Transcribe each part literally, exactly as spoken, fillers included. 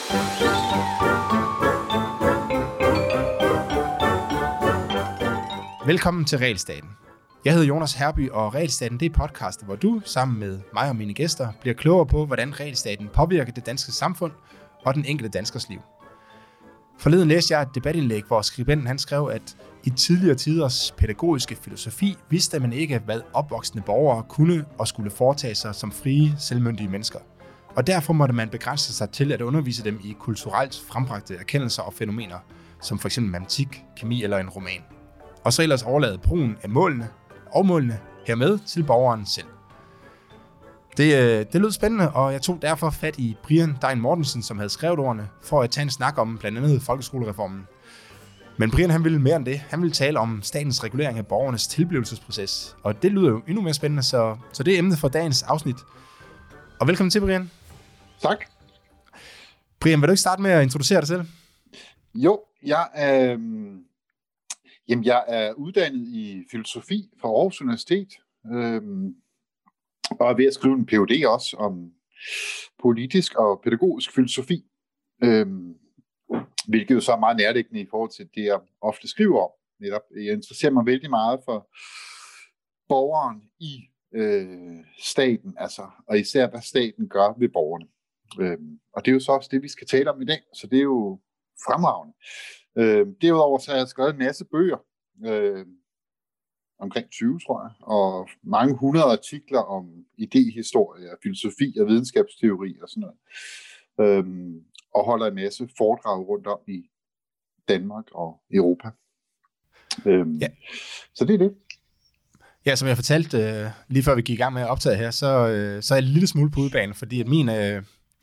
Velkommen til Regelstaten. Jeg hedder Jonas Herby, og Regelstaten det er podcast, hvor du sammen med mig og mine gæster bliver klogere på, hvordan regelstaten påvirker det danske samfund og den enkelte danskers liv. Forleden læste jeg et debatindlæg, hvor skribenten han skrev, at i tidligere tiders pædagogiske filosofi vidste man ikke, hvad opvoksende borgere kunne og skulle foretage sig som frie, selvmyndige mennesker. Og derfor måtte man begrænse sig til at undervise dem i kulturelt frembragte erkendelser og fænomener, som f.eks. matematik, kemi eller en roman. Og så ellers overlade brugen af målene og målene hermed til borgeren selv. Det, det lød spændende, og jeg tog derfor fat i Brian Dein Mortensen, som havde skrevet ordene, for at tage en snak om blandt andet folkeskolereformen. Men Brian han ville mere end det. Han ville tale om statens regulering af borgernes tilblivelsesproces, og det lyder jo endnu mere spændende, så, så det er emnet for dagens afsnit. Og velkommen til, Brian. Tak. Brian, vil du ikke starte med at introducere dig selv? Jo, jeg er, jamen, jeg er uddannet i filosofi fra Aarhus Universitet, øhm, og er ved at skrive en P H D også om politisk og pædagogisk filosofi, øhm, hvilket jo så er meget nærliggende i forhold til det, jeg ofte skriver om. Netop, jeg interesserer mig vældig meget for borgeren i øh, staten, altså, og især hvad staten gør ved borgerne. Øhm, og det er jo så også det, vi skal tale om i dag, så det er jo fremragende. Øhm, derudover så har jeg skrevet en masse bøger, øh, omkring tyve, tror jeg, og mange hundrede artikler om idéhistorie, filosofi og videnskabsteori og sådan noget. Øhm, og holder en masse foredrag rundt om i Danmark og Europa. Øhm, ja. Så det er det. Ja, som jeg fortalte øh, lige før vi gik i gang med at optage her, så, øh, så er jeg en lille smule på udebane, fordi at min, øh,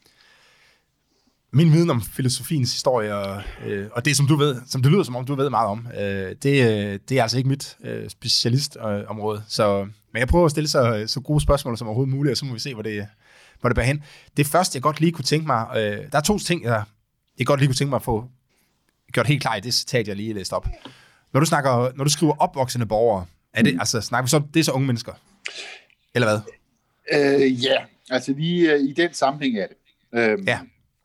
min viden om filosofiens historie, og, øh, og det som du ved, som det lyder som om du ved meget om, øh, det, øh, det er altså ikke mit øh, specialistområde. Så, men jeg prøver at stille så, så gode spørgsmål som overhovedet muligt, og så må vi se, hvor det, hvor det bærer hen. Det første, jeg godt lige kunne tænke mig, øh, der er to ting, jeg, jeg godt lige kunne tænke mig at få gjort helt klart i det citat, jeg lige læste op. Når du, snakker, når du skriver opvoksende borgere, er det, mm. altså, snakker vi så, det er så unge mennesker? Eller hvad? Øh, ja, altså lige uh, i den sammenhæng er det. Øhm, ja.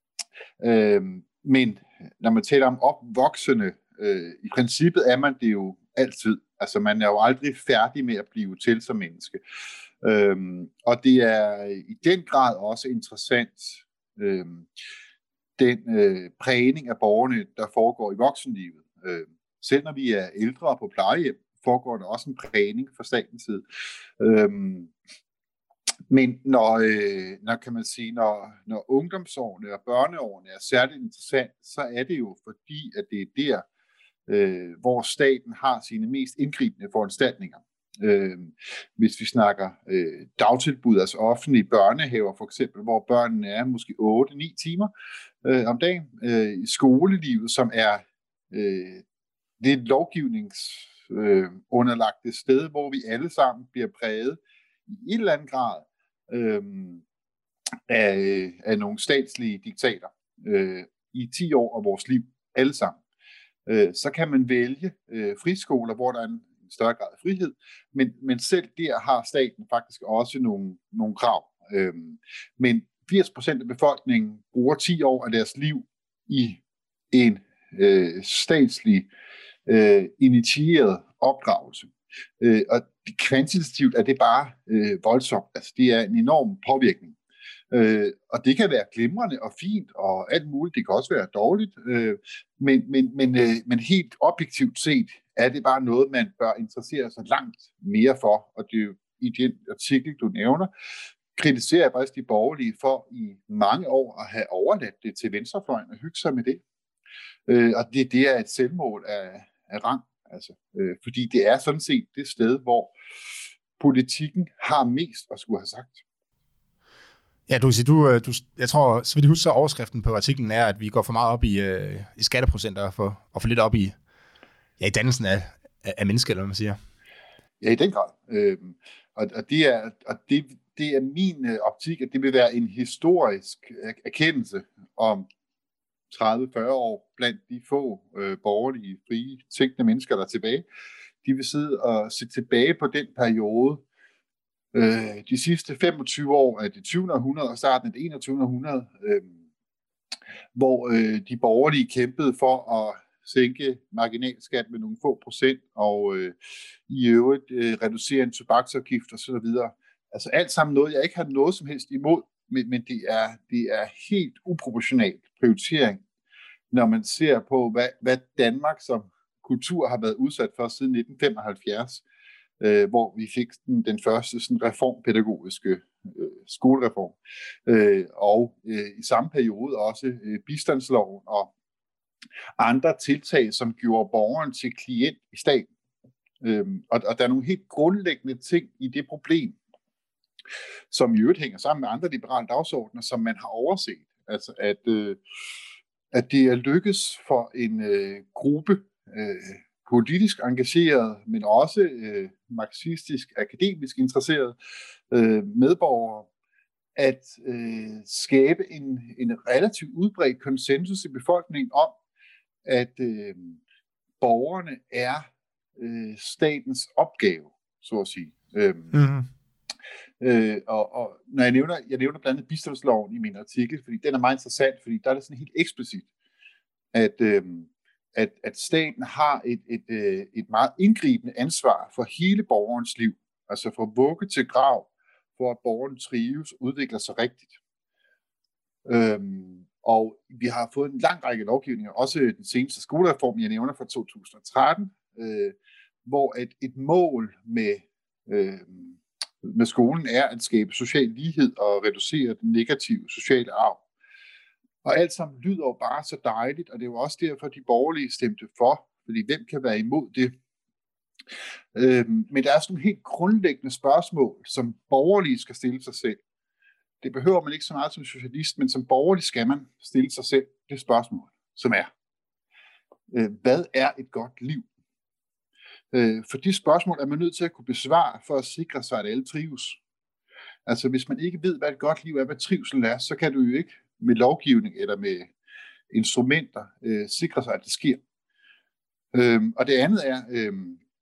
øhm, men når man taler om opvoksende, øh, i princippet er man det jo altid. Altså man er jo aldrig færdig med at blive til som menneske. Øhm, og det er i den grad også interessant, øhm, den øh, prægning af borgerne, der foregår i voksenlivet. Øh, selv når vi er ældre på plejehjem, foregår der også en prægning fra statens side. Øhm, men når, øh, når, kan man sige, når, når ungdomsårene og børneårene er særligt interessant, så er det jo fordi, at det er der, øh, hvor staten har sine mest indgribende foranstaltninger. Øh, hvis vi snakker øh, dagtilbud, altså offentlige børnehaver for eksempel, hvor børnene er måske otte ni timer øh, om dagen, øh, i skolelivet, som er øh, det er et lovgivnings øh, underlagte sted, hvor vi alle sammen bliver præget i en eller anden grad øh, af, af nogle statslige diktater øh, i ti år af vores liv, alle sammen. Øh, så kan man vælge øh, friskoler, hvor der er en større grad af frihed, men, men selv der har staten faktisk også nogle, nogle krav. Øhm, men firs procent af befolkningen bruger ti år af deres liv i en øh, statslig øh, initieret opdragelse. Øh, og kvantitativt er det bare øh, voldsomt. Altså det er en enorm påvirkning. Øh, og det kan være glimrende og fint og alt muligt. Det kan også være dårligt. Øh, men, men, men, øh, men helt objektivt set er det bare noget, man bør interessere sig langt mere for. Og det er jo i den artikel, du nævner, kritiserer jeg faktisk de borgerlige for i mange år at have overladt det til venstrefløjen og hygge sig med det. Øh, og det, det er et selvmål af, af rang. Altså, øh, fordi det er sådan set det sted, hvor politikken har mest at skulle have sagt. Ja, du kan sige, du, du, jeg tror, så vidt jeg husker, så overskriften på artiklen er, at vi går for meget op i, øh, i skatteprocenter og for, og for lidt op i, ja, i dannelsen af, af, af mennesker, eller hvad man siger. Ja, i den grad. Øhm, og, og det er, og det, det er min øh, optik, at det vil være en historisk erkendelse om tredive til fyrre år blandt de få øh, borgerlige, frie, tænkende mennesker, der er tilbage. De vil sidde og se tilbage på den periode, øh, de sidste femogtyve år af det tyvende århundrede og starten af det enogtyvende århundrede, øh, hvor øh, de borgerlige kæmpede for at sænke marginalskat med nogle få procent, og øh, i øvrigt øh, reducere en tobaksafgift og så videre. Altså alt sammen noget, jeg ikke har noget som helst imod, men, men det, er, det er helt uproportionalt prioritering, når man ser på, hvad, hvad Danmark som kultur har været udsat for siden nitten femoghalvfjerds, øh, hvor vi fik den, den første sådan, reformpædagogiske øh, skolereform, øh, og øh, i samme periode også øh, bistandsloven og andre tiltag, som gjorde borgeren til klient i staten. Øhm, og, og der er nogle helt grundlæggende ting i det problem, som i øvrigt hænger sammen med andre liberale dagsordner, som man har overset. Altså at, øh, at det er lykkes for en øh, gruppe øh, politisk engageret, men også øh, marxistisk, akademisk interesserede øh, medborgere, at øh, skabe en, en relativt udbredt konsensus i befolkningen om, at øh, borgerne er øh, statens opgave, så at sige. Øhm, mm-hmm. øh, og, og når jeg nævner, jeg nævner blandt andet bistandsloven i min artikel, fordi den er meget interessant, fordi der er det sådan helt eksplicit, at, øh, at, at staten har et, et, et, et meget indgribende ansvar for hele borgerens liv, altså fra vugge til grav, for at borgeren trives og udvikler sig rigtigt. Øhm, og vi har fået en lang række lovgivninger, også den seneste skolereform, jeg nævner fra to tusind og tretten, øh, hvor et, et mål med, øh, med skolen er at skabe social lighed og reducere den negative sociale arv. Og alt sammen lyder jo bare så dejligt, og det er jo også derfor, de borgerlige stemte for, fordi hvem kan være imod det? Øhm, men der er sådan nogle helt grundlæggende spørgsmål, som borgerlige skal stille sig selv. Det behøver man ikke så meget som socialist, men som borgerlig skal man stille sig selv det spørgsmål, som er, øh, hvad er et godt liv? Øh, for de spørgsmål er man nødt til at kunne besvare, for at sikre sig, at alle trives. Altså hvis man ikke ved, hvad et godt liv er, hvad trivsel er, så kan du jo ikke med lovgivning eller med instrumenter øh, sikre sig, at det sker. Øh, og det andet er, øh,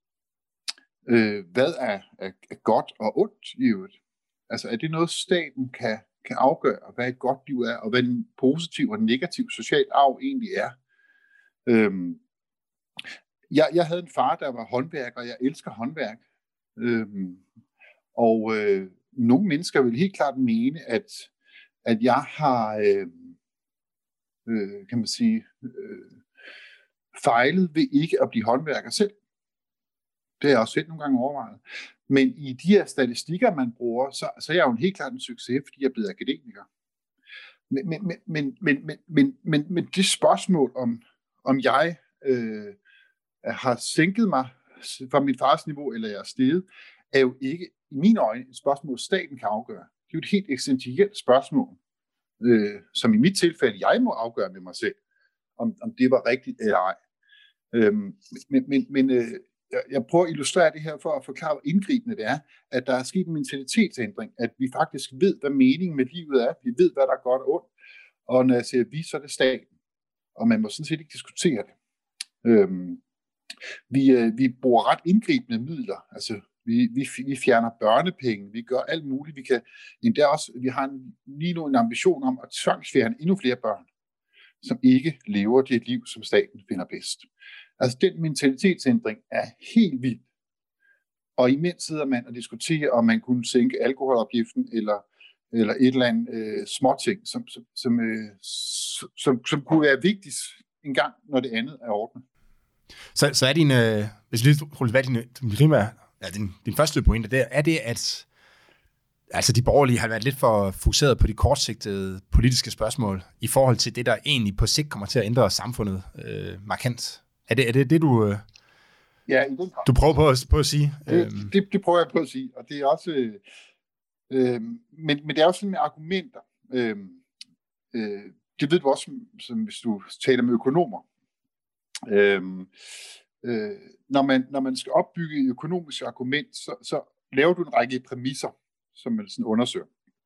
øh, hvad er, er, er godt og ondt i øvrigt? Altså er det noget, staten kan, kan afgøre, hvad et godt liv er, og hvad en positiv og negativ social arv egentlig er? Øhm, jeg, jeg havde en far, der var håndværker, og jeg elsker håndværk. Øhm, og øh, nogle mennesker vil helt klart mene, at, at jeg har, øh, øh, kan man sige, øh, fejlet ved ikke at blive håndværker selv. Det har jeg også selv nogle gange overvejet. Men i de her statistikker, man bruger, så, så er jeg jo en helt klart en succes, fordi jeg er blevet akademiker. Men, men, men, men, men, men, men, men det spørgsmål, om, om jeg øh, har sænket mig fra mit fars niveau, eller jeg er steget, er jo ikke i mine øjne et spørgsmål, staten kan afgøre. Det er jo et helt eksistentielt spørgsmål, øh, som i mit tilfælde, jeg må afgøre med mig selv, om, om det var rigtigt eller ej. Øh, men men, men øh, Jeg prøver at illustrere det her for at forklare, hvor indgribende det er, at der er sket en mentalitetsændring, at vi faktisk ved, hvad meningen med livet er. Vi ved, hvad der er godt og ondt. Og når jeg siger vi, så er det staten. Og man må sådan set ikke diskutere det. Øhm, vi, øh, vi bruger ret indgribende midler. Altså, vi, vi, vi fjerner børnepenge. Vi gør alt muligt. Vi kan endda også, vi har en, lige nu en ambition om at tvangsfjerne endnu flere børn, som ikke lever det liv, som staten finder bedst. Altså, den mentalitetsændring er helt vild. Og imens sidder man og diskuterer, om man kunne sænke alkoholafgiften, eller, eller et eller andet øh, småting, som, som, som, øh, som, som kunne være vigtigt en gang, når det andet er ordnet. Så, så er din, øh, hvis vi lige ruller tilbage din, din primære, ja, din, din første pointe der, er det, at altså, de borgerlige har været lidt for fokuseret på de kortsigtede politiske spørgsmål, i forhold til det, der egentlig på sigt kommer til at ændre samfundet øh, markant. Er det er det, det du, øh, ja, i den du prøver på at, på at sige? Det, det, det prøver jeg på at sige, og det er også, øh, øh, men, men det er også sådan med argumenter. Øh, øh, det ved du også, som, som hvis du taler med økonomer. Øh, øh, når, man, når man skal opbygge et økonomisk argument, så, så laver du en række præmisser, som man sådan undersøger.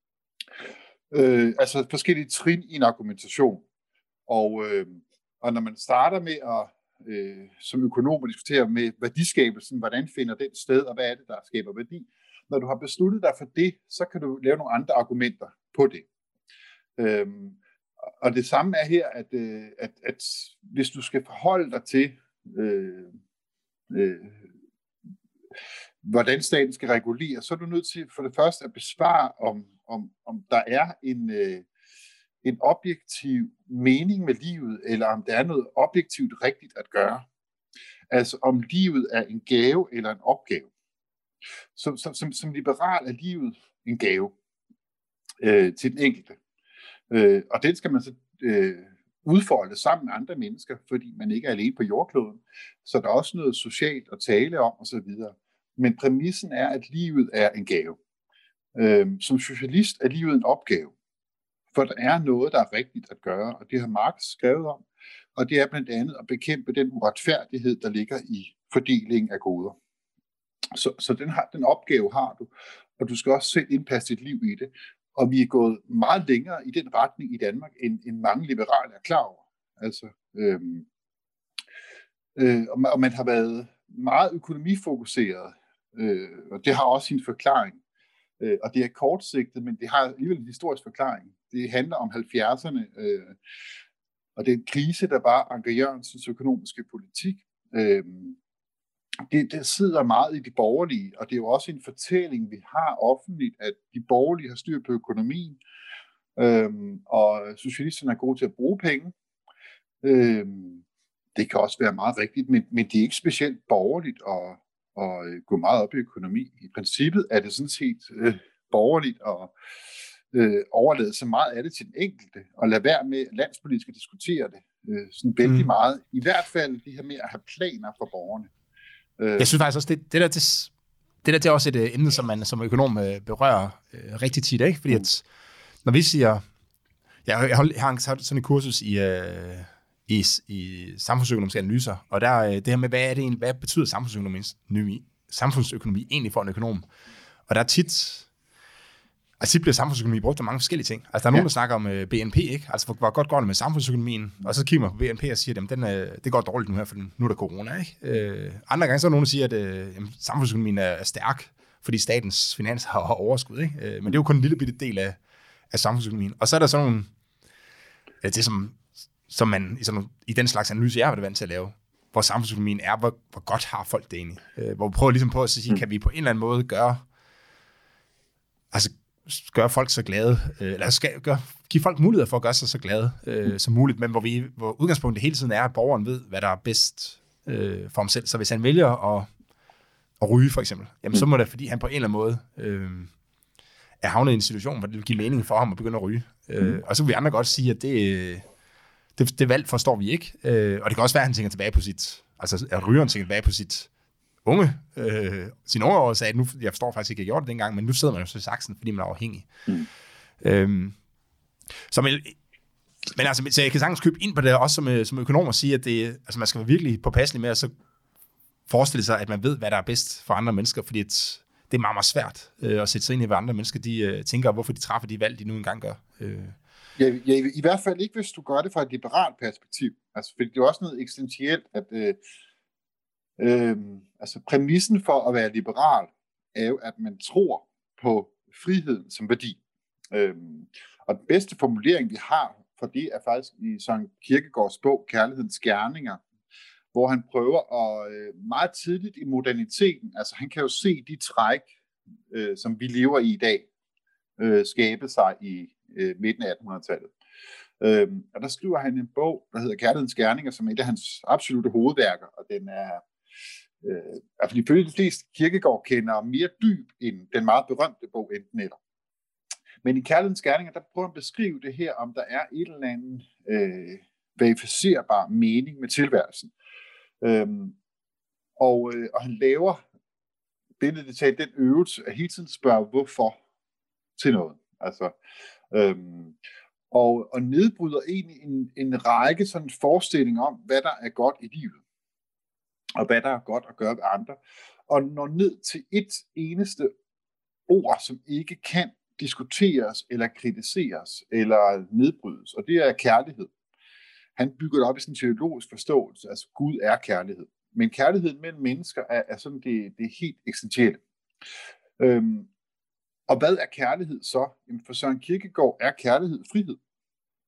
Øh, altså forskellige trin i en argumentation. Og, øh, og når man starter med at Øh, som økonomer diskuterer med værdiskabelsen, hvordan finder den sted, og hvad er det, der skaber værdi. Når du har besluttet dig for det, så kan du lave nogle andre argumenter på det. Øhm, og det samme er her, at, at, at hvis du skal forholde dig til, øh, øh, hvordan staten skal regulere, så er du nødt til for det første at besvare, om, om, om der er en, øh, en objektiv mening med livet, eller om der er noget objektivt rigtigt at gøre. Altså om livet er en gave eller en opgave. Som, som, som liberal er livet en gave øh, til den enkelte. Øh, og den skal man så øh, udfolde sammen med andre mennesker, fordi man ikke er alene på jordkloden. Så der er også noget socialt at tale om osv. Men præmissen er, at livet er en gave. Øh, som socialist er livet en opgave. For der er noget, der er rigtigt at gøre, og det har Marx skrevet om. Og det er blandt andet at bekæmpe den uretfærdighed, der ligger i fordelingen af goder. Så, så den, har, den opgave har du, og du skal også selv indpasse dit liv i det. Og vi er gået meget længere i den retning i Danmark, end, end mange liberale er klar over. Altså, øhm, øh, og, man, og man har været meget økonomifokuseret, øh, og det har også sin forklaring. Øh, og det er kortsigtet, men det har alligevel en historisk forklaring. Det handler om halvfjerdserne, øh, og den krise, der var Anker Jørgensens økonomiske politik. Øh, Det, det sidder meget i de borgerlige, og det er jo også en fortælling, vi har offentligt, at de borgerlige har styr på økonomien, øhm, og socialisterne er gode til at bruge penge. Øhm, det kan også være meget rigtigt, men, men det er ikke specielt borgerligt at, at gå meget op i økonomi. I princippet er det sådan set øh, borgerligt at øh, overlade så meget af det til den enkelte, og lade være med landspolitisk at diskutere det øh, sådan vældig mm. meget. I hvert fald det her med at have planer for borgerne. Jeg synes faktisk også, det, det der, det, det der det er også et uh, emne, som man som økonom uh, berører uh, rigtig tit, ikke? Fordi at, når vi siger, jeg, jeg har sådan et kursus i, uh, i, i samfundsøkonomiske analyser, og der uh, det her med, hvad, er det egentlig, hvad betyder samfundsøkonomi, samfundsøkonomi egentlig for en økonom? Og der er tit, altså tit bliver samfundsøkonomi brugt til mange forskellige ting. Altså der er nogen, ja. der snakker om uh, B N P, ikke? Altså hvor, hvor godt går det med samfundsøkonomien? Og så kigger man på B N P og siger, at den, uh, det går dårligt nu her, for nu er der corona, ikke? Uh, andre gange så er der nogen, der siger, at uh, jamen, samfundsøkonomien er, er stærk, fordi statens finans har, har overskud, ikke? Uh, men det er jo kun en lille bitte del af, af samfundsøkonomien. Og så er der sådan nogle, uh, det som, som man i, sådan, i den slags analyse, jeg har været vant til at lave, hvor samfundsøkonomien er, hvor, hvor godt har folk det egentlig? Uh, hvor vi prøver ligesom på at sige, kan vi på en eller anden måde gøre, altså gøre folk så glade, eller skal gøre, give folk mulighed for at gøre sig så glade øh, som muligt, men hvor, vi, hvor udgangspunktet hele tiden er, at borgeren ved, hvad der er bedst øh, for ham selv. Så hvis han vælger at, at ryge, for eksempel, jamen så må det, fordi han på en eller anden måde øh, er havnet i en situation, hvor det vil give mening for ham at begynde at ryge. Øh, og så vil vi andre godt sige, at det, det, det valg forstår vi ikke. Øh, og det kan også være, at han tænker tilbage på sit, altså at rygeren tænker tilbage på sit unge, øh, sin unge år sagde, at nu, jeg forstår faktisk ikke, at jeg gjorde det dengang, men nu sidder man jo så i saksen, fordi man er afhængig. Mm. Øhm, så men, men altså, så jeg kan sagtens købe ind på det, også som, som økonom og sige, at det, altså, man skal være virkelig påpasselig med at så forestille sig, at man ved, hvad der er bedst for andre mennesker, fordi et, det er meget, meget svært øh, at sætte sig ind i, hvad andre mennesker de, øh, tænker, hvorfor de træffer de valg, de nu engang gør. Øh. Ja, ja, i hvert fald ikke, hvis du gør det fra et liberalt perspektiv. Altså, fordi det er også noget eksistentielt, at øh, Øhm, altså præmissen for at være liberal er jo, at man tror på friheden som værdi. Øhm, og den bedste formulering, vi har for det, er faktisk i Søren Kierkegaards bog, Kærlighedens gerninger, hvor han prøver at øh, meget tidligt i moderniteten, altså han kan jo se de træk, øh, som vi lever i i dag, øh, skabe sig i øh, midten af attenhundredetallet. Øhm, og der skriver han en bog, der hedder Kærlighedens gerninger, som er et af hans absolutte hovedværker, og den er Øh, altså ifølge de fleste Kierkegaard kender mere dyb end den meget berømte bog Enten Eller. Men i Kærlighedens gerninger, der prøver han at beskrive det her, om der er et eller andet øh, verificerbar mening med tilværelsen. Øhm, og, øh, og han laver det talt den øvelse at hele tiden spørge hvorfor til noget. Altså, øhm, og, og nedbryder egentlig en, en række sådan forestillinger om, hvad der er godt i livet. Og hvad der er godt at gøre ved andre, og når ned til et eneste ord, som ikke kan diskuteres, eller kritiseres, eller nedbrydes, og det er kærlighed. Han bygger det op i sådan en teologisk forståelse, altså Gud er kærlighed. Men kærligheden mellem mennesker er, er sådan det, det er helt essentielle. Øhm, og hvad er kærlighed så? Jamen for Søren Kierkegaard er kærlighed frihed.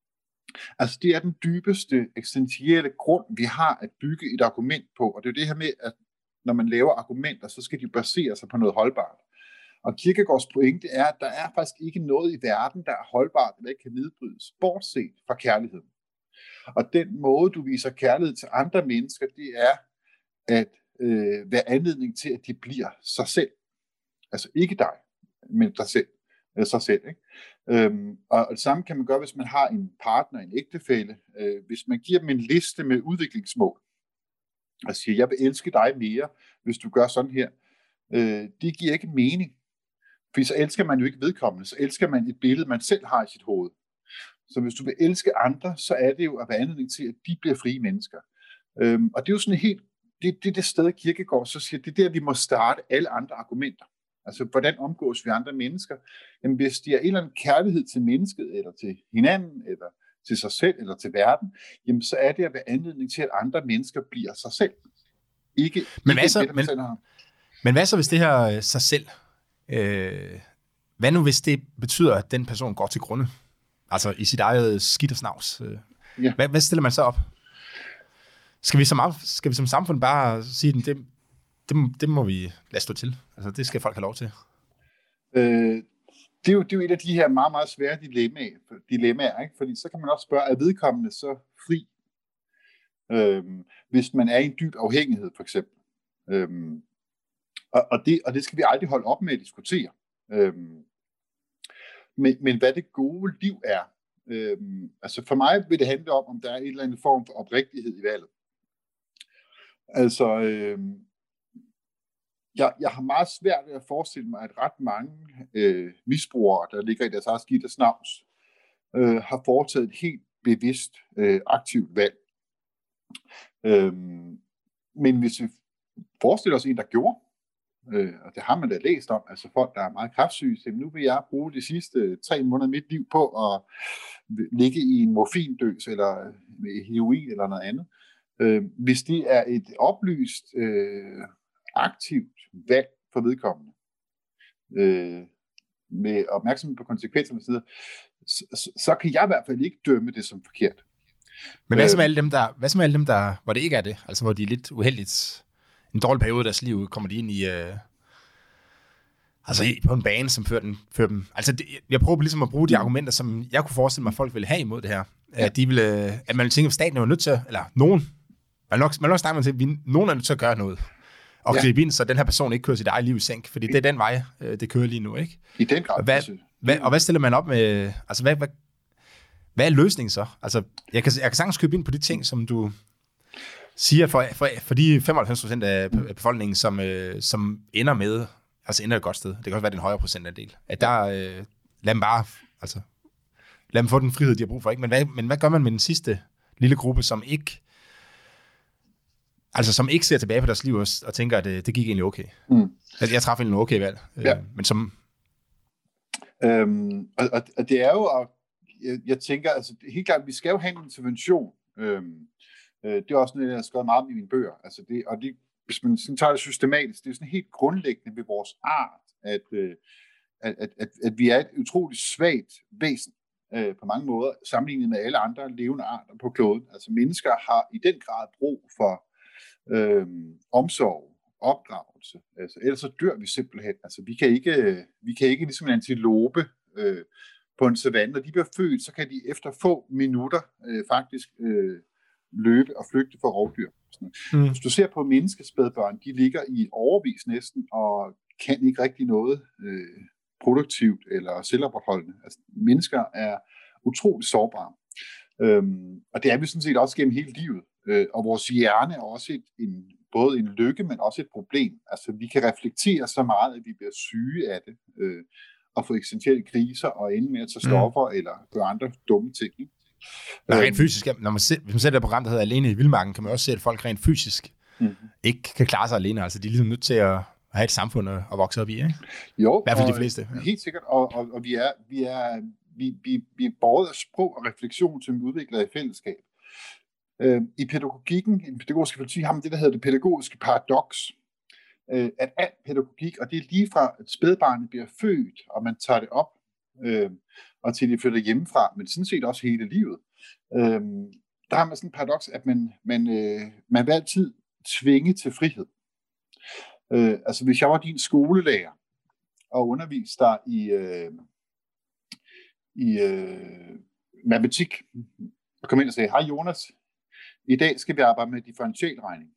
Altså, det er den dybeste, eksistentielle grund, vi har at bygge et argument på. Og det er jo det her med, at når man laver argumenter, så skal de basere sig på noget holdbart. Og Kierkegaards pointe er, at der er faktisk ikke noget i verden, der er holdbart eller ikke kan nedbrydes, bortset fra kærligheden. Og den måde, du viser kærlighed til andre mennesker, det er at øh, være anledning til, at de bliver sig selv. Altså ikke dig, men dig selv. Eller sig selv, ikke? Øhm, og det samme kan man gøre, hvis man har en partner, en ægtefælle. Øh, hvis man giver dem en liste med udviklingsmål, og siger, jeg vil elske dig mere, hvis du gør sådan her. Øh, det giver ikke mening. For så elsker man jo ikke vedkommende, så elsker man et billede, man selv har i sit hoved. Så hvis du vil elske andre, så er det jo at være anledning til, at de bliver frie mennesker. Øhm, og det er jo sådan helt, det, det er det sted, Kierkegaard så siger, det er der, vi må starte alle andre argumenter. Altså, hvordan omgås vi andre mennesker? Jamen, hvis de har en eller anden kærlighed til mennesket, eller til hinanden, eller til sig selv, eller til verden, jamen, så er det at være anledning til, at andre mennesker bliver sig selv. Ikke, men, ikke hvad så, det, men, men hvad så, hvis det her øh, sig selv, øh, hvad nu, hvis det betyder, at den person går til grunde? Altså i sit eget skidt og snavs. Øh. Ja. Hvad, hvad stiller man så op? Skal vi som, skal vi som samfund bare sige, at det, det, det må vi lade stå til? Altså, det skal folk have lov til. Øh, det, er jo, det er jo et af de her meget, meget svære dilemmaer, dilemmaer ikke? Fordi så kan man også spørge, er vedkommende så fri? Øh, hvis man er i en dyb afhængighed, for eksempel. Øh, og, og, det, og det skal vi aldrig holde op med at diskutere. Øh, men, men hvad det gode liv er. Øh, altså for mig vil det handle om, om der er en eller anden form for oprigtighed i valget. Altså... Øh, Jeg, jeg har meget svært ved at forestille mig, at ret mange øh, misbrugere, der ligger i deres eget skidt og snavs, øh, har foretaget et helt bevidst øh, aktivt valg. Øhm, men hvis vi forestiller os en, der gjorde, øh, og det har man da læst om, altså folk, der er meget kræftsyge, så nu vil jeg bruge de sidste tre måneder af mit liv på at ligge i en morfindøs, eller med heroin eller noget andet. Øh, hvis det er et oplyst... Øh, aktivt valg for vedkommende, øh, med opmærksomhed på konsekvenserne, så, så, så kan jeg i hvert fald ikke dømme det som forkert. Men hvad så med alle dem, der, hvad så med alle dem, der, hvor det ikke er det? Altså hvor de er lidt uheldigt, en dårlig periode af deres liv, kommer de ind i, øh, altså på en bane, som fører, den, fører dem. Altså det, jeg prøver ligesom at bruge de argumenter, som jeg kunne forestille mig, at folk ville have imod det her. Ja. At, de ville, at man ville tænke, at staten er jo nødt til, eller nogen, man vil nok, man vil nok snakke med til, at vi, nogen er nødt til at gøre noget. Og ja. gribe ind, så den her person ikke kører sit eget liv i sænk, fordi det er den vej, det kører lige nu, ikke? I den grad. Hvad, hvad, og hvad stiller man op med, altså hvad, hvad, hvad er løsningen så? Altså, jeg kan, jeg kan sagtens købe ind på de ting, som du siger, for, for, for de femoghalvfems procent af befolkningen, som, øh, som ender med, altså ender et godt sted, det kan også være den højere procentandel, at der, øh, lad dem bare, altså, lad dem få den frihed, de har brug for, ikke? Men hvad, men hvad gør man med den sidste lille gruppe, som ikke, altså som ikke ser tilbage på deres liv og, og tænker, at det, det gik egentlig okay. Mm. Jeg, jeg træffede egentlig okay valg. Ja. Øh, men som... Øhm, og, og, og det er jo, og jeg, jeg tænker, altså helt klart, vi skal jo have en intervention. Øhm, øh, det er også noget, jeg har skrevet meget om i mine bøger. Altså det, og det, hvis man sådan tager det systematisk, det er sådan helt grundlæggende ved vores art, at, øh, at, at, at, at vi er et utroligt svagt væsen øh, på mange måder, sammenlignet med alle andre levende arter på kloden. Altså mennesker har i den grad brug for Øhm, omsorg, opdragelse. Altså, ellers så dør vi simpelthen. Altså, vi kan ikke, vi kan ikke ligesom en antilope øh, på en savanne. Når de bliver født, så kan de efter få minutter øh, faktisk øh, løbe og flygte fra rovdyr. Mm. Hvis du ser på menneskespædbørn, de ligger i overvis næsten og kan ikke rigtig noget øh, produktivt eller selvopretholdende. Altså, mennesker er utroligt sårbare. Øhm, og det er vi sådan set også gennem hele livet. Øh, og vores hjerne er også et, en, både en lykke, men også et problem. Altså, vi kan reflektere så meget, at vi bliver syge af det, øh, og få eksistentielle kriser, og ende med at tage stoffer, mm. eller gøre andre dumme ting. Nå, rent fysisk, når man ser, hvis man ser det program, der hedder Alene i Vildmarken, kan man også se, at folk rent fysisk mm. ikke kan klare sig alene. Altså, de er ligesom nødt til at have et samfund at, at vokse op i, ikke? Jo, i hvert fald de fleste. Ja. Helt sikkert, og, og, og vi er... Vi er Vi, vi, vi er båret af sprog og refleksion, som vi udvikler i fællesskab. Øh, I pædagogikken, i den pædagogiske filosofi, har man det, der hedder det pædagogiske paradoks. Øh, at al pædagogik, og det er lige fra, at spædbarnet bliver født, og man tager det op, øh, og til de flytter hjemmefra, men sådan set også hele livet, Øhm, der har man sådan en paradoks, at man, man, øh, man vil altid tvinge til frihed. Øh, altså hvis jeg var din skolelærer og underviste dig i, øh, i øh, matematik, og kom ind og sagde, hej Jonas, i dag skal vi arbejde med differentialregning.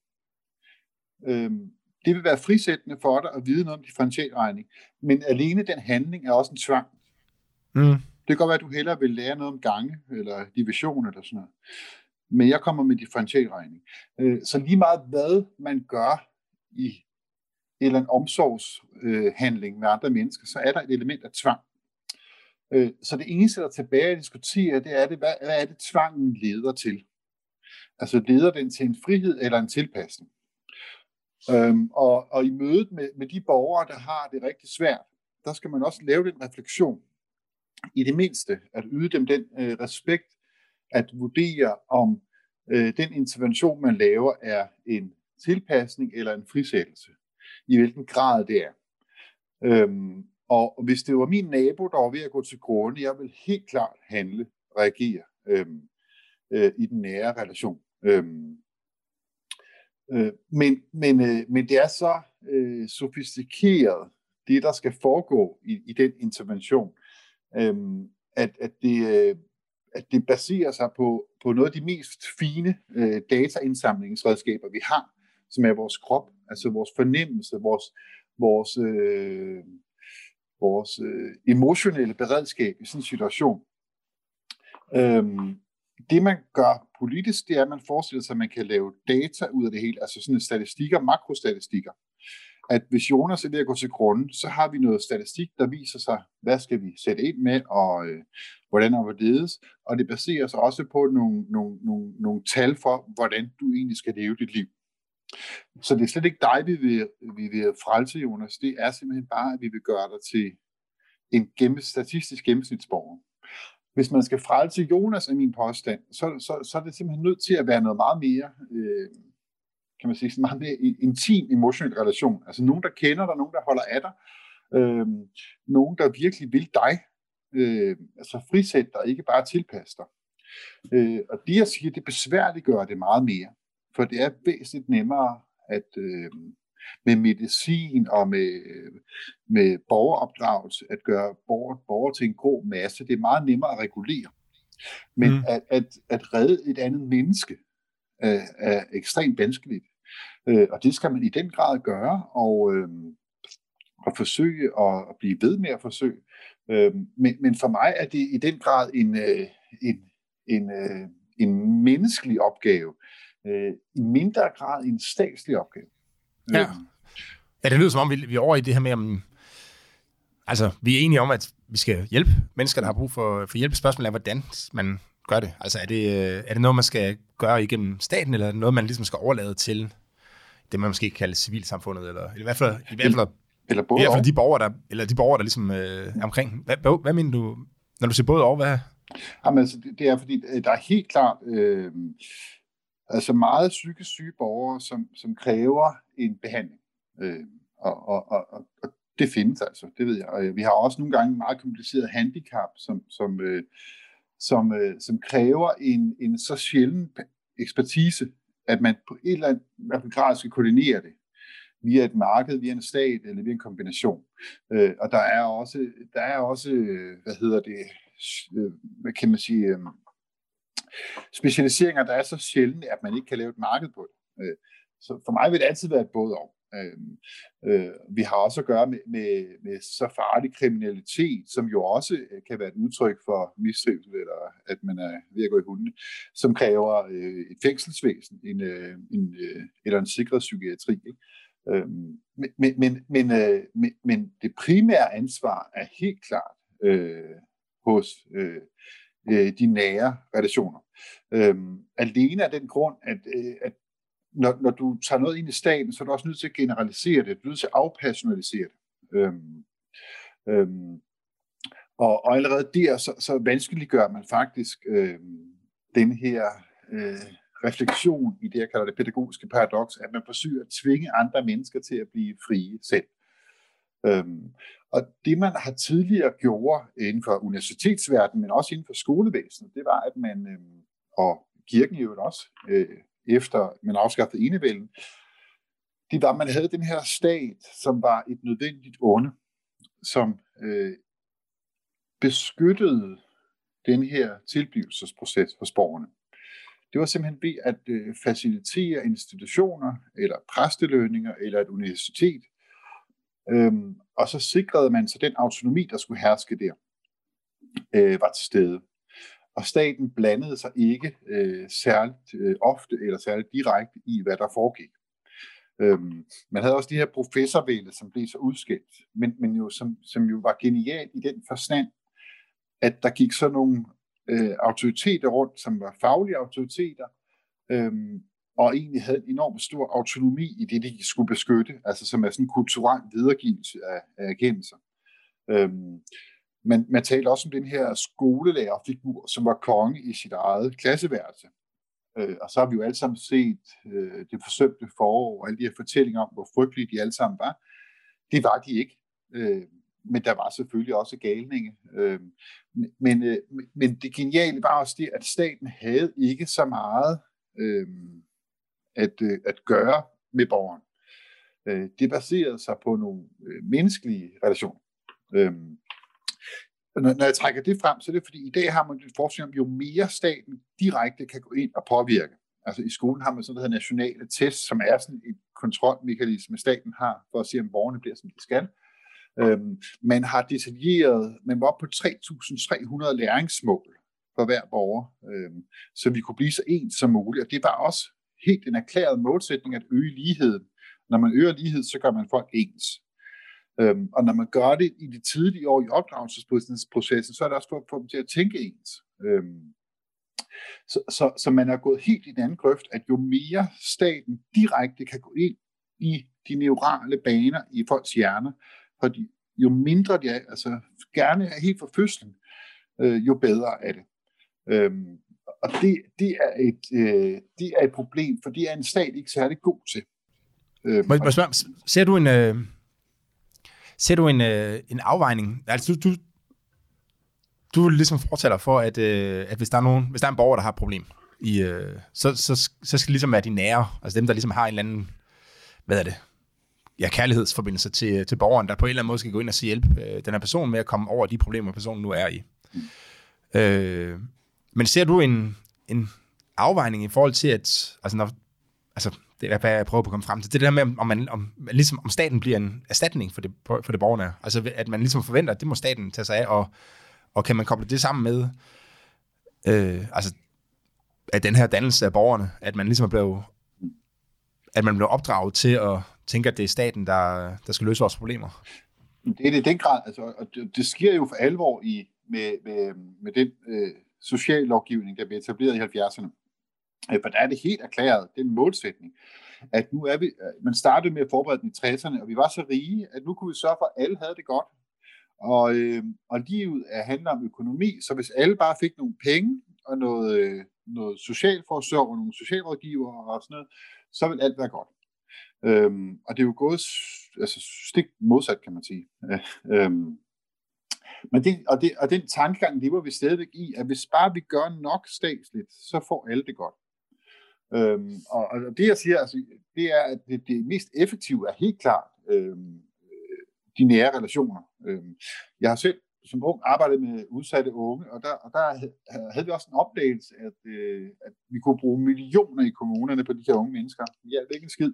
Øhm, det vil være frisættende for dig at vide noget om differentialregning, men alene den handling er også en tvang. Mm. Det kan godt være, at du hellere vil lære noget om gange, eller division, eller sådan noget. Men jeg kommer med differentialregning. Øh, så lige meget hvad man gør i en eller anden omsorgshandling øh, med andre mennesker, så er der et element af tvang. Øh, så det eneste, der er tilbage at diskutere, det er, det, hvad, hvad er det, tvangen leder til? Altså leder den til en frihed eller en tilpasning? Øhm, og, og i mødet med, med de borgere, der har det rigtig svært, der skal man også lave den refleksion. I det mindste at yde dem den øh, respekt, at vurdere om øh, den intervention, man laver, er en tilpasning eller en frisættelse. I hvilken grad det er. Øhm, og hvis det var min nabo, der var ved at gå til grunde, jeg vil helt klart handle, reagere øhm, øh, i den nære relation. Øhm, øh, men, men, øh, men det er så øh, sofistikeret, det der skal foregå i, i den intervention, øhm, at, at, det, øh, at det baserer sig på, på noget af de mest fine øh, dataindsamlingsredskaber, vi har, som er vores krop, altså vores fornemmelse, vores, vores, øh, vores øh, emotionelle beredskab i sådan en situation. Øhm, det man gør politisk, det er, at man forestiller sig, at man kan lave data ud af det hele, altså sådan statistikker, makrostatistikker. At hvis Jonas er ved at gå til grunden, så har vi noget statistik, der viser sig, hvad skal vi sætte ind med, og øh, hvordan og hvorledes. Og det baserer sig også på nogle, nogle, nogle, nogle tal for, hvordan du egentlig skal leve dit liv. Så det er slet ikke dig, vi vil, vi vil frelse, Jonas. Det er simpelthen bare, at vi vil gøre dig til en gennem, statistisk gennemsnitsborger. Hvis man skal frelse Jonas af min påstand, så, så, så er det simpelthen nødt til at være noget meget mere, øh, kan man sige, sådan meget mere intim emotionel relation. Altså nogen, der kender dig, nogen, der holder af dig, øh, nogen, der virkelig vil dig, øh, altså frisætte dig, ikke bare tilpasse dig. Øh, og det, jeg siger, det besværliggør det meget mere. For det er væsentligt nemmere at øh, med medicin og med, med borgeropdragelse at gøre borger, borger til en grå masse. Det er meget nemmere at regulere. Men mm. at, at, at redde et andet menneske øh, er ekstremt vanskeligt. Øh, og det skal man i den grad gøre, og, øh, og forsøge at, at blive ved med at forsøge. Øh, men, men for mig er det i den grad en, øh, en, en, øh, en menneskelig opgave, øh, i mindre grad en statslig opgave. Ja. Ja, det lyder som om, vi, vi er over i det her med, om, altså, vi er enige om, at vi skal hjælpe mennesker, der har brug for, for hjælp. Spørgsmålet er, hvordan man gør det. Altså, er det, er det noget, man skal gøre igennem staten, eller er det noget, man ligesom skal overlade til det, man måske kan kalde civilsamfundet, eller i hvert fald, i hvert fald, eller både i hvert fald de borgere, der, eller de borgere, der ligesom øh, er omkring. Hvad, hvad, hvad mener du, når du siger både over, hvad? Jamen, altså, det, det er, fordi der er helt klart øh, altså meget psykisk syge borgere, som, som kræver en behandling. Øh, og, og, og, og det findes altså, det ved jeg. Og vi har også nogle gange meget kompliceret handicap, som, som, øh, som, øh, som kræver en, en så sjælden ekspertise, at man på et eller andet grad skal koordinere det via et marked, via en stat eller via en kombination. Øh, og der er også, der er også, hvad hedder det, hvad kan man sige, øh, specialiseringer, der er så sjældne, at man ikke kan lave et marked på det. Øh, så for mig vil det altid være et både og. Øh, øh, vi har også at gøre med, med, med så farlig kriminalitet, som jo også kan være et udtryk for mistrivsel, eller at man er ved at gå i hundene, som kræver øh, et fængselsvæsen, en, øh, en, øh, eller en sikret psykiatri. Ikke? Øh, men, men, men, øh, men, men det primære ansvar er helt klart øh, hos øh, de nære relationer. Øh, alene af den grund, at, øh, at Når, når du tager noget ind i staten, så er du også nødt til at generalisere det. Du er nødt til at afpersonalisere det. Øhm, øhm, og, og allerede der, så, så vanskeliggør man faktisk øhm, den her øh, refleksion i det, jeg kalder det pædagogiske paradoks, at man forsøger at tvinge andre mennesker til at blive frie selv. Øhm, Og det, man har tidligere gjort inden for universitetsverdenen, men også inden for skolevæsenet, det var, at man, øh, og kirken i øvrigt også, øh, efter man afskaffede enevælden, det var, at man havde den her stat, som var et nødvendigt onde, som øh, beskyttede den her tilblivelsesproces hos borgerne. Det var simpelthen ved at øh, facilitere institutioner, eller præstelønninger, eller et universitet, øhm, og så sikrede man så den autonomi, der skulle herske der, øh, var til stede. Og staten blandede sig ikke øh, særligt øh, ofte, eller særligt direkte i, hvad der foregik. Øhm, man havde også de her professorvælde, som blev så udskilt, men, men jo, som, som jo var genialt i den forstand, at der gik så nogle øh, autoriteter rundt, som var faglige autoriteter, øhm, og egentlig havde en enormt stor autonomi i det, de skulle beskytte, altså som er sådan en kulturel videregivelse af, af erkendelser. Øhm, man, man talte også om den her skolelærerfigur, som var konge i sit eget klasseværelse. Øh, og så har vi jo alle sammen set øh, det forsømte forår, og alle de her fortællinger om, hvor frygtelige de alle sammen var. Det var de ikke. Øh, men der var selvfølgelig også galninge. Øh, men, øh, men det geniale var også det, at staten havde ikke så meget øh, at, øh, at gøre med borgeren. Øh, det baserede sig på nogle øh, menneskelige relationer. Øh, når, når jeg trækker det frem, så er det fordi, i dag har man et forskning om, jo mere staten direkte kan gå ind og påvirke. Altså i skolen har man sådan noget nationale test, som er sådan en kontrolmekanisme, staten har, for at se, om borgerne bliver, som de skal. Øhm, man har detaljeret, man var oppe på tre tusind tre hundrede læringsmål for hver borger, øhm, så vi kunne blive så ens som muligt. Og det var også helt en erklæret målsætning at øge ligheden. Når man øger lighed, så gør man folk ens. Øhm, og når man gør det i de tidlige år i opdragelsesprocessen, så er det også for at få dem til at tænke ens. Øhm, så, så, så man er gået helt i den anden grøft, at jo mere staten direkte kan gå ind i de neurale baner i folks hjerner, fordi jo mindre de er, altså gerne er helt fra fødslen, øh, jo bedre er det. Øhm, og det, det, er et, øh, det er et problem, for det er en stat ikke særlig god til. Øhm, må, må spørge, ser du en, øh, ser du en, øh, en afvejning? Altså du, du, du er ligesom fortæller for, at, øh, at hvis der er nogen, hvis der er en borger, der har et problem, i, øh, så, så, så skal det ligesom være de nære, altså dem, der ligesom har en eller anden, hvad er det, ja, kærlighedsforbindelse til, til borgeren, der på en eller anden måde skal gå ind og hjælpe øh, den her person med at komme over de problemer, personen nu er i. Mm. Øh, men ser du en, en afvejning i forhold til, at altså, når, altså det er, hvad jeg prøver på at komme frem til, det der med, om, man, om, ligesom, om staten bliver en erstatning for det, for det borgerne er. Altså at man ligesom forventer, at det må staten tage sig af, og, og kan man koble det sammen med, øh, altså at den her dannelse af borgerne, at man ligesom er blevet, at man bliver opdraget til at tænke, at det er staten, der, der skal løse vores problemer. Det er det i den grad, altså, og det, det sker jo for alvor i, med, med, med den øh, sociallovgivning, der blev etableret i halvfjerdserne. For der er det helt erklæret, det er en målsætning, at nu er vi, man startede med at forberede den i tresserne, og vi var så rige, at nu kunne vi sørge for, at alle havde det godt. Og, øh, og livet handler om økonomi, så hvis alle bare fik nogle penge, og noget, øh, noget socialforsorg, og nogle socialrådgiver og sådan noget, så vil alt være godt. Øhm, og det er jo gået altså, stik modsat, kan man sige. øhm, men det, og, det, og den tankegang lever vi stadigvæk i, at hvis bare vi gør nok statsligt, så får alle det godt. Øhm, og, og det jeg siger, altså, det er, at det, det mest effektive er helt klart øhm, de nære relationer. Øhm, jeg har selv som ung arbejdet med udsatte unge, og der, og der havde vi også en opdagelse, at, øh, at vi kunne bruge millioner i kommunerne på de her unge mennesker. Vi hjalp ikke en skid.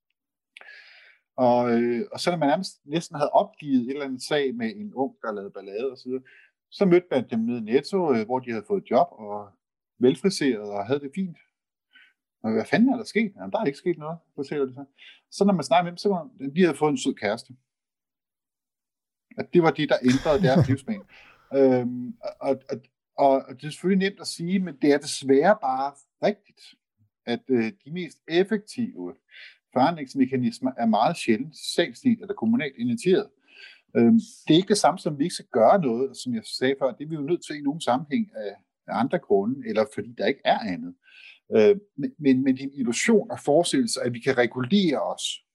Og, øh, og så når man nærmest næsten havde opgivet et eller andet sag med en ung, der lavede ballade og så videre, så mødte man dem nede i Netto, øh, hvor de havde fået job og velfriseret og havde det fint. Og hvad fanden er der sket? Jamen, der er ikke sket noget, fortæller de så. Så når man snakker med dem, så var de havde fået en sød kæreste. At det var det, der ændrede deres livsbane. Øhm, og, og, og, og det er selvfølgelig nemt at sige, men det er desværre bare rigtigt, at øh, de mest effektive forandringsmekanismer er meget sjældent statsligt eller kommunalt initieret. Øhm, det er ikke det samme, som vi ikke skal gøre noget, som jeg sagde før, det er vi jo nødt til i nogle sammenhæng af, af andre grunde, eller fordi der ikke er andet. Øh, men, men, men det er en illusion og forestillelse, at vi kan regulere os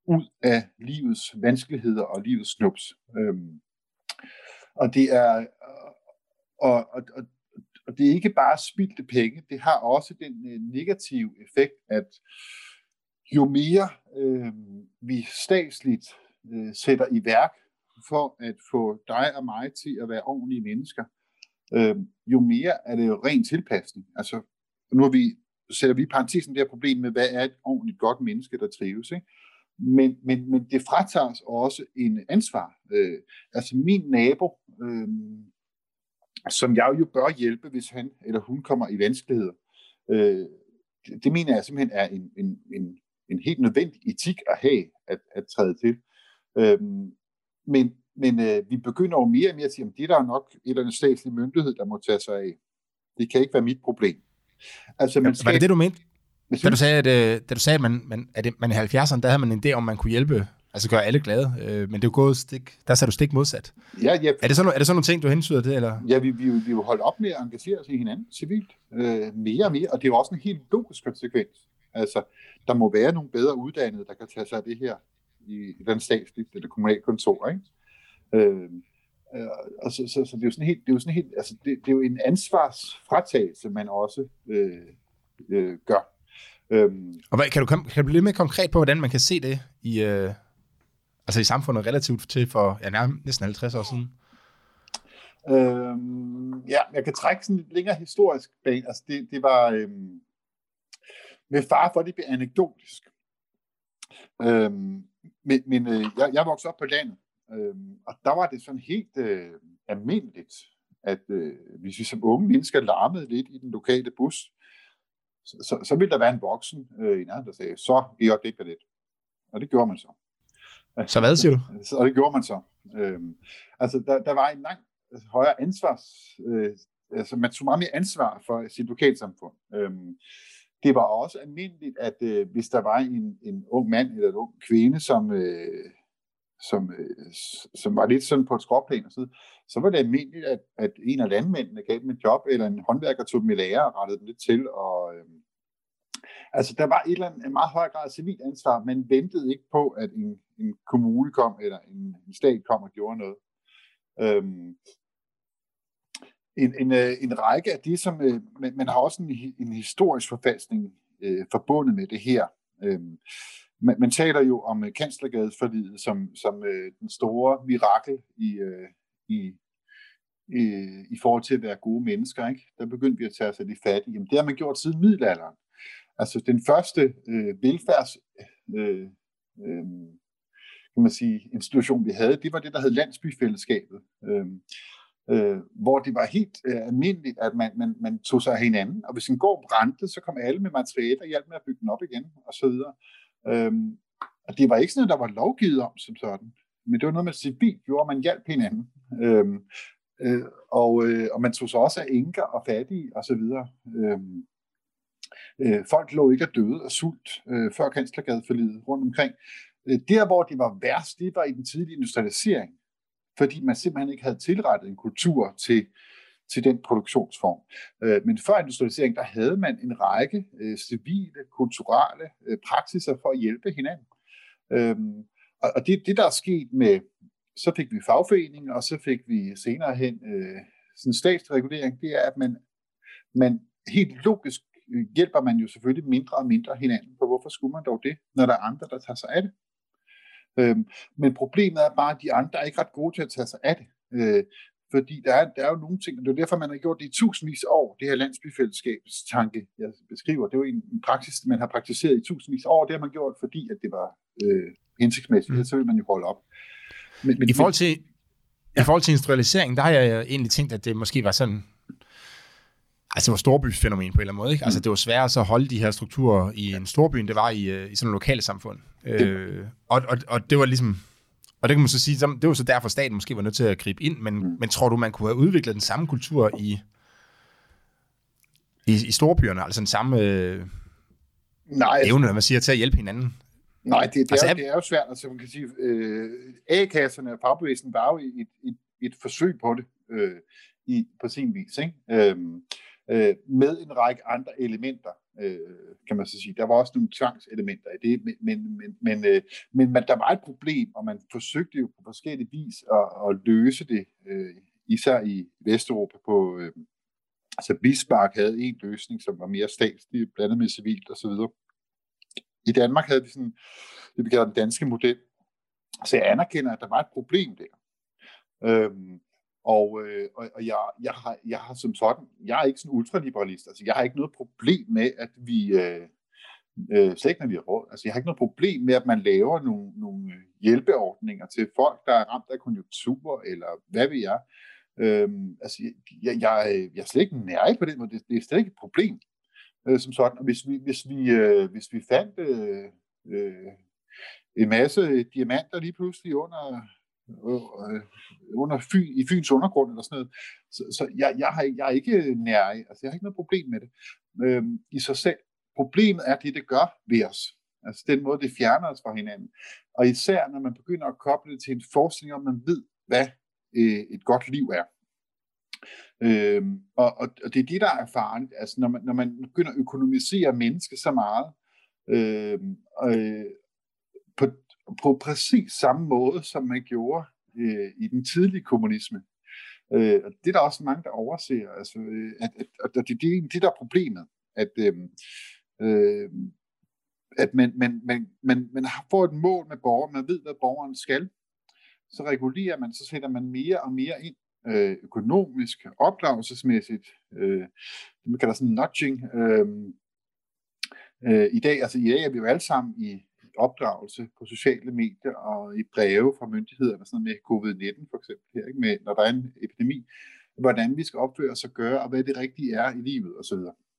ud af livets vanskeligheder og livets snups. Øhm, og det er og, og, og, og det er ikke bare spildte penge, det har også den øh, negative effekt, at jo mere øh, vi statsligt øh, sætter i værk for at få dig og mig til at være ordentlige mennesker, øh, jo mere er det jo ren tilpasning. Altså, nu er vi, sætter vi i parentesen det her problem med, hvad er et ordentligt godt menneske, der trives, ikke? Men, men, men det fratager os også en ansvar. Øh, altså min nabo, øh, som jeg jo bør hjælpe, hvis han eller hun kommer i vanskeligheder, øh, det, det mener jeg simpelthen er en, en, en, en helt nødvendig etik at have, at, at træde til. Øh, men men øh, vi begynder jo mere og mere at sige, at det er der nok et eller andet statslig myndighed, der må tage sig af. Det kan ikke være mit problem. Altså, man skal... Var det det, du mente? Da du sagde, at, øh, da du sagde, at man, man, at man i halvfjerdserne, der havde man en idé om, man kunne hjælpe, altså gøre alle glade, øh, men det er jo gået stik, der sagde du stik modsat. Ja, ja. Er det sådan, er det sådan nogle ting, du hensyder til? Eller? Ja, vi, vi, vi vil holde op med at engagere os i hinanden civilt, øh, mere og mere, og det er jo også en helt logisk konsekvens. Altså, der må være nogle bedre uddannede, der kan tage sig af det her i, i den statslige eller kommunale kontor, ikke? Øh, øh, og så, så, så det er jo sådan helt, det er jo sådan helt, altså det, det er jo en ansvarsfratagelse, man også øh, øh, gør. Øhm, og hvad, kan, du, kan du blive lidt mere konkret på, hvordan man kan se det i, øh, altså i samfundet relativt til for ja, nærmest, næsten halvtreds år siden? Øhm, ja, jeg kan trække sådan lidt længere historisk bane. Altså det, det var øhm, med far for, det blev anekdotisk. Øhm, men men øh, jeg, jeg voksede op på landet, øhm, og der var det sådan helt øh, almindeligt, at øh, hvis vi som unge mennesker larmede lidt i den lokale bus, Så, så, så ville der være en voksen øh, i nærheden, der sagde, så Georg, det er lidt. Og det gjorde man så. Så hvad siger du? Så, og det gjorde man så. Øhm, altså, der, der var en langt højere ansvars... Øh, altså, man tog meget mere ansvar for sit lokalsamfund. Øhm, det var også almindeligt, at øh, hvis der var en, en ung mand eller en ung kvinde, som, øh, som, øh, som var lidt sådan på et skråplan og så, så var det almindeligt, at, at en af landmændene gav dem et job, eller en håndværker tog dem i lære og rettede dem lidt til. Og, øh, altså, der var et eller andet, en meget høj grad af civilt ansvar. Man ventede ikke på, at en, en kommune kom, eller en, en stat kom og gjorde noget. Øhm, en, en, en række af de, som... Øh, man, man har også en, en historisk forfalskning øh, forbundet med det her. Øhm, man, man taler jo om øh, Kanslergadesforliget som, som øh, den store mirakel i... Øh, i I, i forhold til at være gode mennesker, ikke? Der begyndte vi at tage os af de fattige. Jamen, det har man gjort siden middelalderen. Altså, den første øh, velfærds øh, øh, kan man sige, institution, vi havde, det var det, der hed Landsbyfællesskabet, øh, øh, hvor det var helt øh, almindeligt, at man, man, man tog sig af hinanden, og hvis en gård brændte, så kom alle med materialer og hjalp med at bygge den op igen, og så videre. Øh, og det var ikke sådan, at der var lovgivet om som sådan, men det var noget, man civilt gjorde, man hjalp hinanden. Øh, Øh, og, øh, og man tog sig også af enker og fattige og så videre. Øh, øh, folk lå ikke og døde af sult øh, før Kanslergadeforliget rundt omkring. Øh, der, hvor det var værst, det var i den tidlige industrialisering, fordi man simpelthen ikke havde tilrettet en kultur til, til den produktionsform. Øh, men før industrialisering, der havde man en række øh, civile, kulturelle øh, praksiser for at hjælpe hinanden. Øh, og og det, det, der er sket med så fik vi fagforeninger, og så fik vi senere hen øh, sådan statsregulering, det er, at man, man helt logisk hjælper man jo selvfølgelig mindre og mindre hinanden, for hvorfor skulle man dog det, når der er andre, der tager sig af det? Øhm, men problemet er bare, at de andre er ikke ret gode til at tage sig af det. Øh, fordi der er, der er jo nogle ting, og det er derfor, man har gjort det i tusindvis af år, det her landsbyfællesskabs tanke, jeg beskriver. Det er jo en, en praksis, man har praktiseret i tusindvis af år, det har man gjort, fordi at det var øh, hensigtsmæssigt, mm. så vil man jo holde op. Men, men, I, forhold til, ja. I forhold til industrialisering, der har jeg egentlig tænkt, at det måske var sådan, altså det var storbysfænomen på en eller anden måde, ikke? Mm. Altså det var sværere så at holde de her strukturer i en storby, end det var i, i sådan nogle lokale samfund. Øh, og, og, og det var ligesom, og det kan man så sige, det var så derfor staten måske var nødt til at gribe ind, men, mm. men tror du, man kunne have udviklet den samme kultur i, i, i storbyerne, altså den samme øh, Nej, evne, hvad man siger, til at hjælpe hinanden? Nej, det, det, altså, er, det er jo svært. Altså, man kan sige, øh, A-kasserne og fagbevægelsen var jo et, et, et forsøg på det øh, i, på sin vis, ikke? Øh, øh, med en række andre elementer. Øh, kan man så sige. Der var også nogle tvangselementer i det, men, men, men, men, øh, men man, der var et problem, og man forsøgte jo på forskellige vis at, at løse det, øh, især i Vesteuropa på... Øh, altså Bismarck havde en løsning, som var mere statslig, blandet med civilt og så videre. I Danmark havde vi sådan, det vi kalder den danske model. Så jeg anerkender, at der var et problem der. Øhm, og øh, og jeg, jeg, har, jeg har som sådan, jeg er ikke sådan ultraliberalist, altså jeg har ikke noget problem med, at vi, øh, øh, slet ikke når vi har råd, altså jeg har ikke noget problem med, at man laver nogle, nogle hjælpeordninger til folk, der er ramt af konjunkturer, eller hvad ved jeg. Øhm, altså jeg, jeg, jeg, jeg er slet ikke nær på den måde, det, det er slet ikke et problem. Øh, som sådan, og hvis vi, hvis vi, øh, hvis vi fandt øh, øh, en masse diamanter lige pludselig under, øh, under Fyn, i Fyns undergrund eller sådan noget, så, så jeg, jeg, har, jeg er ikke nær, altså jeg har ikke noget problem med det øh, i sig selv. Problemet er det, det gør ved os. Altså den måde, det fjerner os fra hinanden. Og især når man begynder at koble det til en forskning, om man ved, hvad øh, et godt liv er. Øhm, og, og, og det er det, der er farligt, altså når man, når man begynder at økonomisere mennesker så meget, øhm, øh, på, på præcis samme måde, som man gjorde øh, i den tidlige kommunisme. Øh, og det er der også mange, der overser, altså, øh, at, at, at det, det er det, der er problemet, at, øh, øh, at man, man, man, man, man får et mål med borgeren, man ved, hvad borgeren skal, så regulerer man, så sætter man mere og mere ind, økonomisk, opdragelsesmæssigt, øh, det man kalder sådan nudging. Øh, øh, I dag, altså i dag er vi jo alle sammen i opdragelse på sociale medier og i breve fra myndigheder, og sådan noget med covid nitten for eksempel, her, ikke? Med, når der er en epidemi, hvordan vi skal opføre os og gøre, og hvad det rigtige er i livet osv.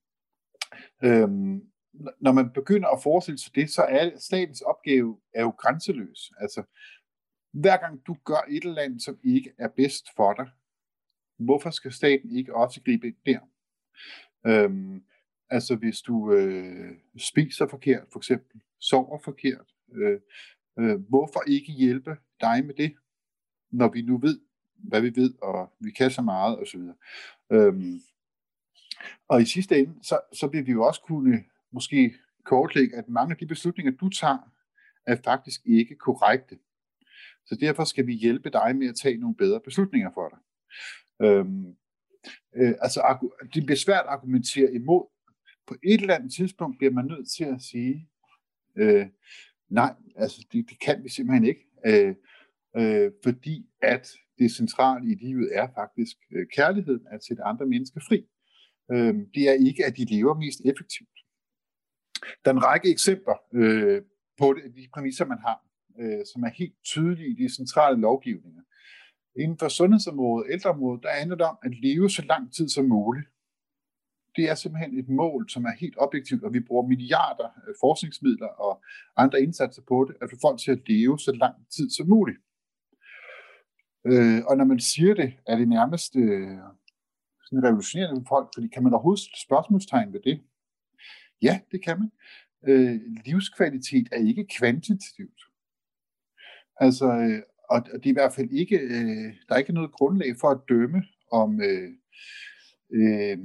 Øh, når man begynder at forestille sig det, så er statens opgave er jo grænseløs. Altså hver gang du gør et eller andet, som ikke er bedst for dig, hvorfor skal staten ikke også gribe ind der? Øhm, altså hvis du øh, spiser forkert, for eksempel, sover forkert, øh, øh, hvorfor ikke hjælpe dig med det, når vi nu ved, hvad vi ved, og vi kan så meget, osv. Øhm, og i sidste ende, så, så vil vi jo også kunne måske kortlægge, at mange af de beslutninger, du tager, er faktisk ikke korrekte. Så derfor skal vi hjælpe dig med at tage nogle bedre beslutninger for dig. Øhm, øh, altså, det bliver svært at argumentere imod. På et eller andet tidspunkt bliver man nødt til at sige, øh, nej, altså det, det kan vi simpelthen ikke, øh, øh, fordi at det centrale i livet er faktisk øh, kærligheden, at sætte andre mennesker fri. Øh, det er ikke, at de lever mest effektivt. Der er en række eksempler øh, på det, de præmisser, man har, øh, som er helt tydelige i de centrale lovgivninger. Inden for sundhedsområdet, ældreområdet, der handler det om at leve så lang tid som muligt. Det er simpelthen et mål, som er helt objektivt, og vi bruger milliarder af forskningsmidler og andre indsatser på det, at få folk til at leve så lang tid som muligt. Øh, og når man siger det, er det nærmest øh, sådan revolutionerende for folk, fordi kan man overhovedet stille spørgsmålstegn ved det? Ja, det kan man. Øh, livskvalitet er ikke kvantitativt. Altså, øh, og det er i hvert fald ikke, øh, der er ikke noget grundlag for at dømme om, øh, øh,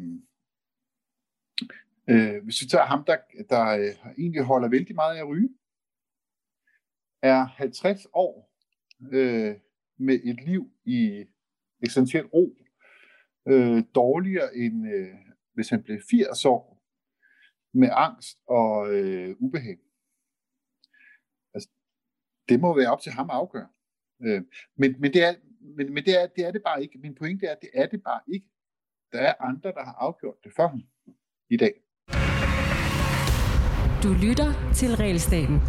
øh, hvis vi tager ham, der, der øh, egentlig holder vældig meget af at ryge, er halvtreds år øh, med et liv i eksistentiel ro, øh, dårligere end øh, hvis han blev firs år med angst og øh, ubehag. Altså, det må være op til ham at afgøre. Øh, men men, det, er, men, men det, er, det er det bare ikke. Min pointe er, at det er det bare ikke. Der er andre, der har afgjort det for ham i dag. Du lytter til Realstaten.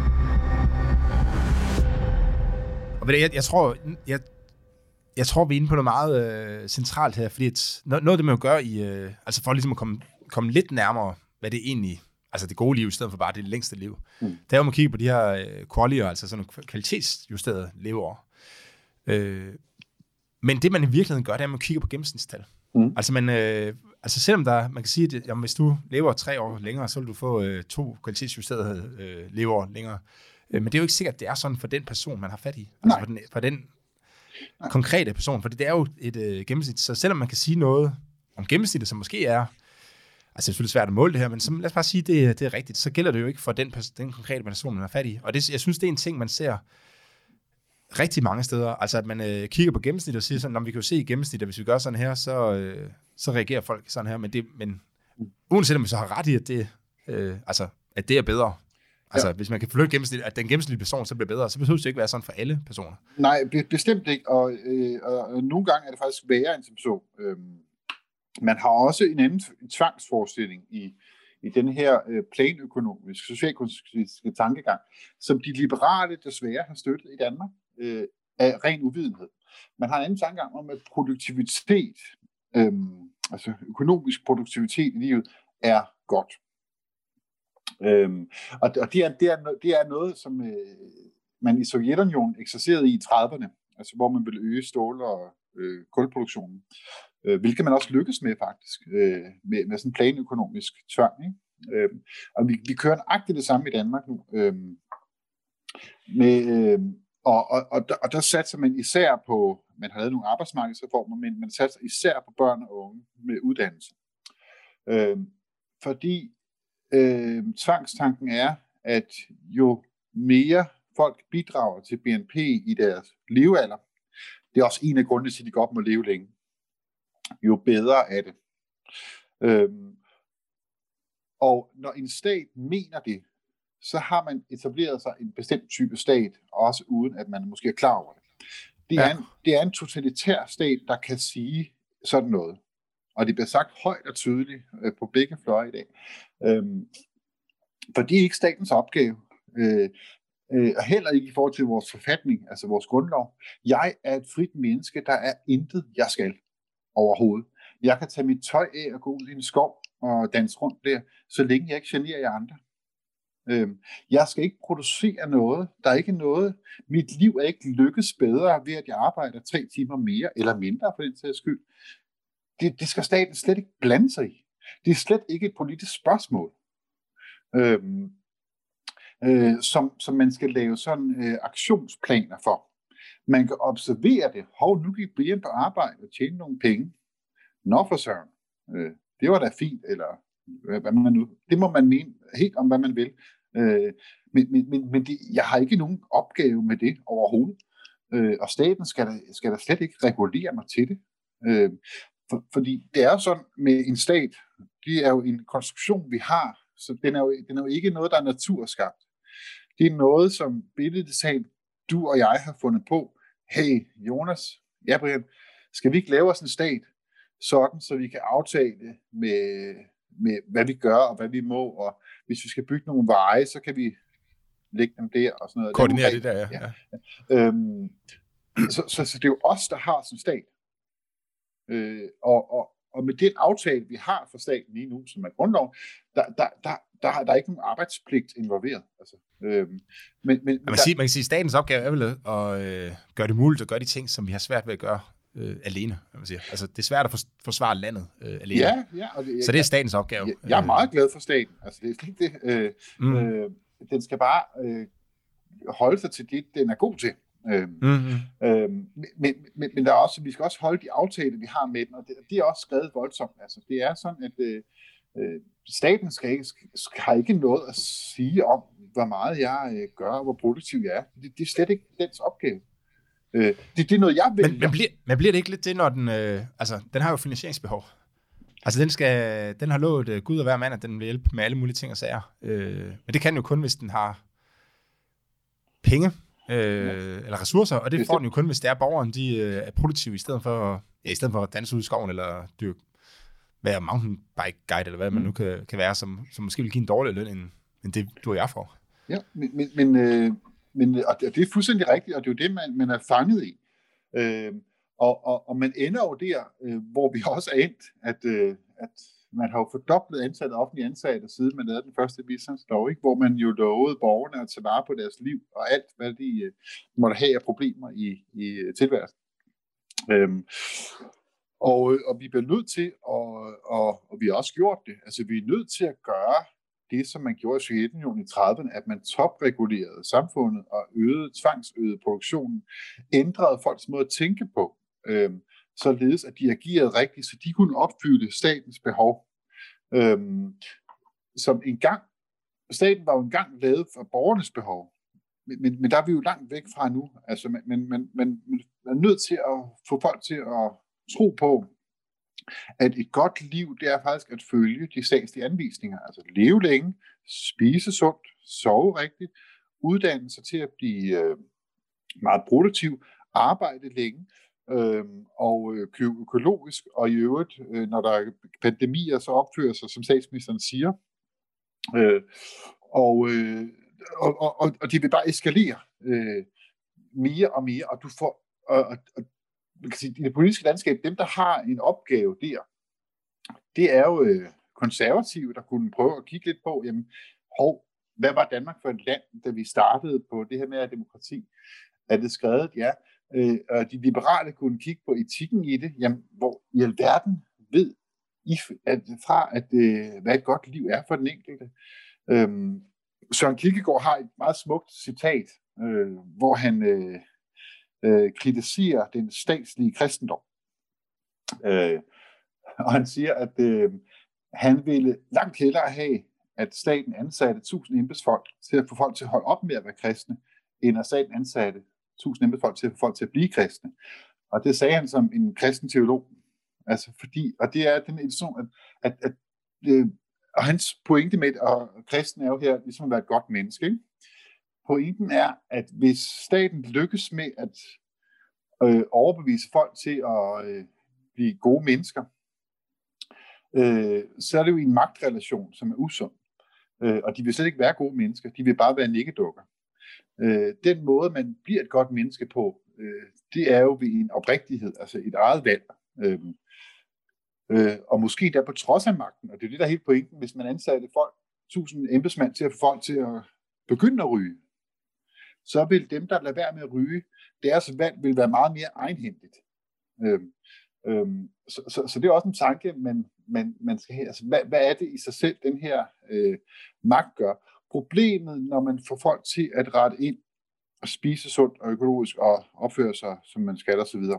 Og jeg, jeg tror, jeg, jeg tror, vi er inde på noget meget øh, centralt her, fordi at noget af det, man jo gør i, øh, altså for ligesom at komme, komme lidt nærmere, hvad det egentlig, altså det gode liv, i stedet for bare det længste liv. Mm. Der er jo, man kigger på de her øh, qualier, altså sådan nogle kvalitetsjusterede leveår. Øh, men det, man i virkeligheden gør, det er, at man kigger på gennemsnitstal. Mm. Altså, man, øh, altså selvom der, man kan sige, at jamen, hvis du lever tre år længere, så vil du få øh, to kvalitetsjusterede øh, leveår længere. Øh, men det er jo ikke sikkert, at det er sådan for den person, man har fat i. Altså for den, for den konkrete person, for det er jo et øh, gennemsnit. Så selvom man kan sige noget om gennemsnittet, som måske er Altså, det er selvfølgelig svært at måle det her, men som, lad os bare sige, det, det er rigtigt. Så gælder det jo ikke for den, den konkrete person, man er fat i. Og det, jeg synes, det er en ting, man ser rigtig mange steder. Altså, at man øh, kigger på gennemsnit og siger sådan, vi kan jo se i gennemsnit, at hvis vi gør sådan her, så, øh, så reagerer folk sådan her. Men, det, men uanset om vi så har ret i, at det, øh, altså, at det er bedre. Altså, ja. Hvis man kan flytte gennemsnit, at den gennemsnitlige person så bliver bedre, så behøver det ikke være sådan for alle personer. Nej, bestemt ikke. Og, øh, og nogle gange er det faktisk værre end som så. Øhm, man har også en anden tvangsforestilling i, i den her øh, planøkonomiske, socialkonstruktivistiske tankegang, som de liberale desværre har støttet i Danmark øh, af ren uvidenhed. Man har en anden tankegang om, at produktivitet, øh, altså økonomisk produktivitet i livet, er godt. Øhm, og og det, er, det, er, det er noget, som øh, man i Sovjetunionen eksercerede i i trediverne, altså hvor man ville øge stål- og øh, kulproduktionen, øh, hvilket man også lykkes med faktisk, øh, med, med sådan en planøkonomisk tvang. Ikke? Øh, og vi, vi kører nøjagtigt det samme i Danmark nu. Øh, med, øh, og, og, og, der, og der satser man især på, man har lavet nogle arbejdsmarkedsreformer, men man satser især på børn og unge med uddannelse. Øh, fordi Øh, tvangstanken er, at jo mere folk bidrager til B N P i deres levealder, det er også en af grundene til, at de godt må leve længe, jo bedre er det. Øhm, og når en stat mener det, så har man etableret sig en bestemt type stat, også uden at man måske er klar over det. Det er, ja. en, det er en totalitær stat, der kan sige sådan noget. Og det bliver sagt højt og tydeligt øh, på begge fløje i dag. Øhm, for det er ikke statens opgave. Øh, øh, og heller ikke i forhold til vores forfatning, altså vores grundlov. Jeg er et frit menneske, der er intet, jeg skal overhovedet. Jeg kan tage mit tøj af og gå ud i en skov og danse rundt der, så længe jeg ikke generer jer andre. Øhm, jeg skal ikke producere noget. Der er ikke noget. Mit liv er ikke lykkes bedre ved, at jeg arbejder tre timer mere eller mindre for den sags skyld. Det, det skal staten slet ikke blande sig i. Det er slet ikke et politisk spørgsmål, øhm, øh, som, som man skal lave sådan øh, aktionsplaner for. Man kan observere det. Hov, nu gik Brian på arbejde og tjene nogle penge. Nå for søren. Øh, det var da fint, eller hvad man nu. Det må man mene helt om, hvad man vil. Øh, men men, men, men det, jeg har ikke nogen opgave med det overhovedet. Øh, og staten skal da, skal da slet ikke regulere mig til det. Øh, For, fordi det er jo sådan med en stat, det er jo en konstruktion, vi har, så den er jo, den er jo ikke noget, der er naturskabt. Det er noget, som billedligt talt, du og jeg har fundet på. Hey, Jonas, ja Brian, skal vi ikke lave os en stat, sådan, så vi kan aftale med, med, hvad vi gør og hvad vi må, og hvis vi skal bygge nogle veje, så kan vi lægge dem der og sådan noget. Koordinere det der, ja. ja. ja. Øhm, så, så, så det er jo os, der har sådan en stat. Øh, og, og, og med den aftale, vi har for staten lige nu, som er grundloven, der, der, der, der, der er ikke nogen arbejdspligt involveret. Altså, øh, men, men, man, kan sige, man kan sige, at statens opgave er vel at øh, gøre det muligt at gøre de ting, som vi har svært ved at gøre øh, alene. Man siger. Altså, det er svært at forsvare landet øh, alene. Ja, ja, og det, så det er statens opgave. Jeg, jeg er meget glad for staten. Altså, det er slet ikke det. Øh, mm. øh, den skal bare øh, holde sig til det, den er god til. Øhm, mm-hmm. øhm, men, men, men der er også, vi skal også holde de aftaler, vi har med den, og det, det er også skrevet voldsomt. Altså, det er sådan, at øh, staten skal ikke, skal, har ikke noget at sige om, hvor meget jeg øh, gør, og hvor produktiv jeg er. Det, det er slet ikke dens opgave. Øh, det, det er noget, jeg vil. Men, men, bliver, men bliver det ikke lidt det, når den, øh, altså, den har jo finansieringsbehov. Altså, den, skal, den har lovet uh, Gud og hver mand, at den vil hjælpe med alle mulige ting og sager. Øh, men det kan den jo kun, hvis den har penge. Øh, eller ressourcer, og det får den jo kun, hvis det er borgeren, de øh, er produktive, i stedet for, ja, i stedet for at danse ud i skoven, eller dyrke, være mountainbike guide, eller hvad mm. man nu kan, kan være, som, som måske vil give en dårligere løn, end, end det du og jeg får. Ja, men, men, men, øh, men og det er fuldstændig rigtigt, og det er jo det, man, man er fanget i. Øh, og, og, og man ender jo der, øh, hvor vi også er endt, at, øh, at man har jo fordoblet antallet af offentlige ansatte, siden man lavede den første bistandslov, ikke? Hvor man jo lovede borgerne at tage vare på deres liv, og alt, hvad de øh, måtte have af problemer i, i tilværelsen. Øhm, og, og vi bliver nødt til, og, og, og vi har også gjort det, altså vi er nødt til at gøre det, som man gjorde i Sovjetunionen i trediverne, at man topregulerede samfundet og øgede, tvangsøgede produktionen, ændrede folks måde at tænke på, øhm, således at de agerede rigtigt, så de kunne opfylde statens behov. øhm, som engang, staten var jo engang lavet for borgernes behov, men, men, men der er vi jo langt væk fra nu. Altså, men, men, men, men man er nødt til at få folk til at tro på, at et godt liv, det er faktisk at følge de statslige anvisninger. Altså leve længe, spise sundt, sove rigtigt, uddanne sig til at blive øh, meget produktiv, arbejde længe, øh, og øh, købe økologisk, og i øvrigt, øh, når der er pandemier, så opfører sig, som statsministeren siger. Øh, og, øh, og, og, og de vil bare eskalere øh, mere og mere, og du får... Og, og, man kan sige, i det politiske landskab, dem, der har en opgave der, det er jo øh, konservative, der kunne prøve at kigge lidt på, jamen, hov, hvad var Danmark for et land, da vi startede på det her med demokrati? Er det skrevet? Ja. Øh, og de liberale kunne kigge på etikken i det, jamen, hvor i alverden ved I at, fra, at øh, hvad et godt liv er for den enkelte. Øh, Søren Kierkegaard har et meget smukt citat, øh, hvor han... Øh, Øh, kritiserer den statslige kristendom. Øh, og han siger, at øh, han ville langt hellere have, at staten ansatte tusind embedsfolk til at få folk til at holde op med at være kristne, end at staten ansatte tusind embedsfolk til at få folk til at blive kristne. Og det sagde han som en kristen teolog. Altså fordi, og det er den illusion, at, at, at øh, og hans pointe med, og kristen er jo her ligesom at være et godt menneske, ikke? Pointen er, at hvis staten lykkes med at øh, overbevise folk til at øh, blive gode mennesker, øh, så er det jo en magtrelation, som er usund. Øh, og de vil slet ikke være gode mennesker, de vil bare være nikkedukker. Øh, den måde, man bliver et godt menneske på, øh, det er jo ved en oprigtighed, altså et eget valg. Øh, øh, og måske der på trods af magten, og det er det, der er helt pointen, hvis man ansatte folk, tusind embedsmænd til at få folk til at begynde at ryge, så vil dem, der lader være med at ryge, deres valg vil være meget mere egenhændigt. Øhm, øhm, så, så, så det er også en tanke, man, man, man skal have. Altså, hvad, hvad er det i sig selv, den her øh, magt gør? Problemet, når man får folk til at rette ind og spise sundt og økologisk og opføre sig, som man skal og så videre,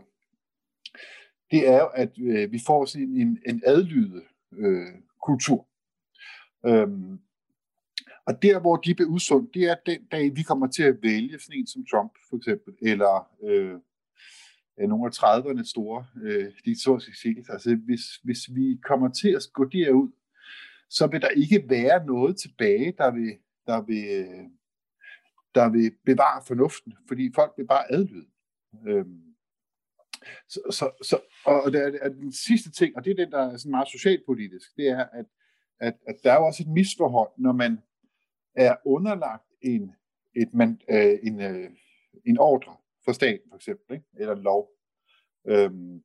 det er jo, at øh, vi får sådan en, en adlyde øh, kultur. Øhm, Og der, hvor de bliver udsundt, det er den dag, vi kommer til at vælge sådan en som Trump, for eksempel, eller øh, nogle af trediverne store øh, diktatoriske skikkelser. Altså, hvis, hvis vi kommer til at gå derud, så vil der ikke være noget tilbage, der vil, der vil, der vil bevare fornuften, fordi folk vil bare adlyde. Øhm, så, så, så, og det er den sidste ting, og det er den, der er sådan meget socialpolitisk, det er, at, at, at der er jo også et misforhold, når man er underlagt en, et, man, øh, en, øh, en ordre fra staten, for eksempel, ikke? Eller en lov, øhm,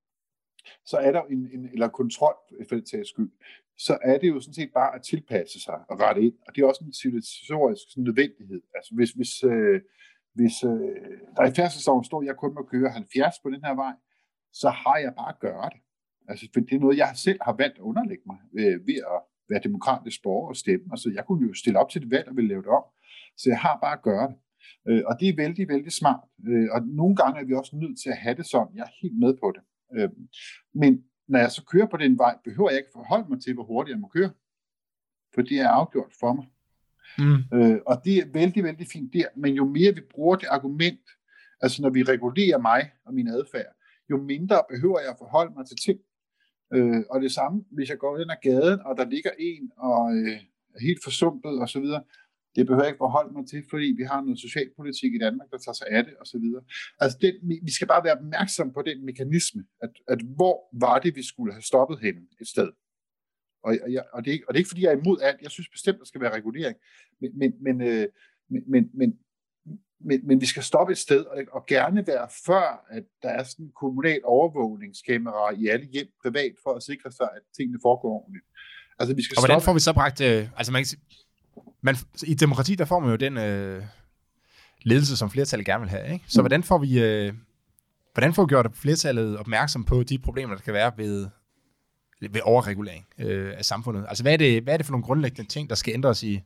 så er der en, en eller kontrol, for det tages skyld, så er det jo sådan set bare at tilpasse sig og rette ind, og det er også en civilisatorisk sådan nødvendighed. Altså hvis, hvis, øh, hvis øh, der i færdselsloven står, at jeg kun må køre halvfjerds på den her vej, så har jeg bare at gøre det. Altså, for det er noget, jeg selv har valgt at underlægge mig øh, ved at være demokratisk borger og stemme. Altså, jeg kunne jo stille op til det valg og ville lave det om. Så jeg har bare at gøre det. Øh, og det er vældig, vældig smart. Øh, og nogle gange er vi også nødt til at have det sådan. Jeg er helt med på det. Øh, men når jeg så kører på den vej, behøver jeg ikke forholde mig til, hvor hurtigt jeg må køre. For det er afgjort for mig. Mm. Øh, og det er vældig, vældig fint der. Men jo mere vi bruger det argument, altså når vi regulerer mig og min adfærd, jo mindre behøver jeg at forholde mig til ting. Øh, og det samme, hvis jeg går ind ad gaden, og der ligger en og øh, er helt forsumpet og så videre, det behøver jeg ikke forholde mig til, fordi vi har noget socialpolitik i Danmark, der tager sig af det og så videre. Altså den, vi skal bare være opmærksom på den mekanisme, at, at hvor var det, vi skulle have stoppet henne et sted. Og, og, jeg, og, det er ikke, og det er ikke, fordi jeg er imod alt. Jeg synes bestemt, der skal være regulering. Men, men, men, øh, men, men, men, men, men vi skal stoppe et sted, og, og gerne være før, at der er sådan en kommunal overvågningskamera i alle hjem privat, for at sikre sig, at tingene foregår ordentligt. Altså, vi skal og hvordan stoppe... får vi så bragt... Øh, altså man kan sige, man, i demokrati, der får man jo den øh, ledelse, som flertallet gerne vil have, ikke? Så mm. hvordan får vi... Øh, hvordan får vi gjort flertallet opmærksom på de problemer, der kan være ved... ved overregulering øh, af samfundet. Altså, hvad er, det, hvad er det for nogle grundlæggende ting, der skal ændres i,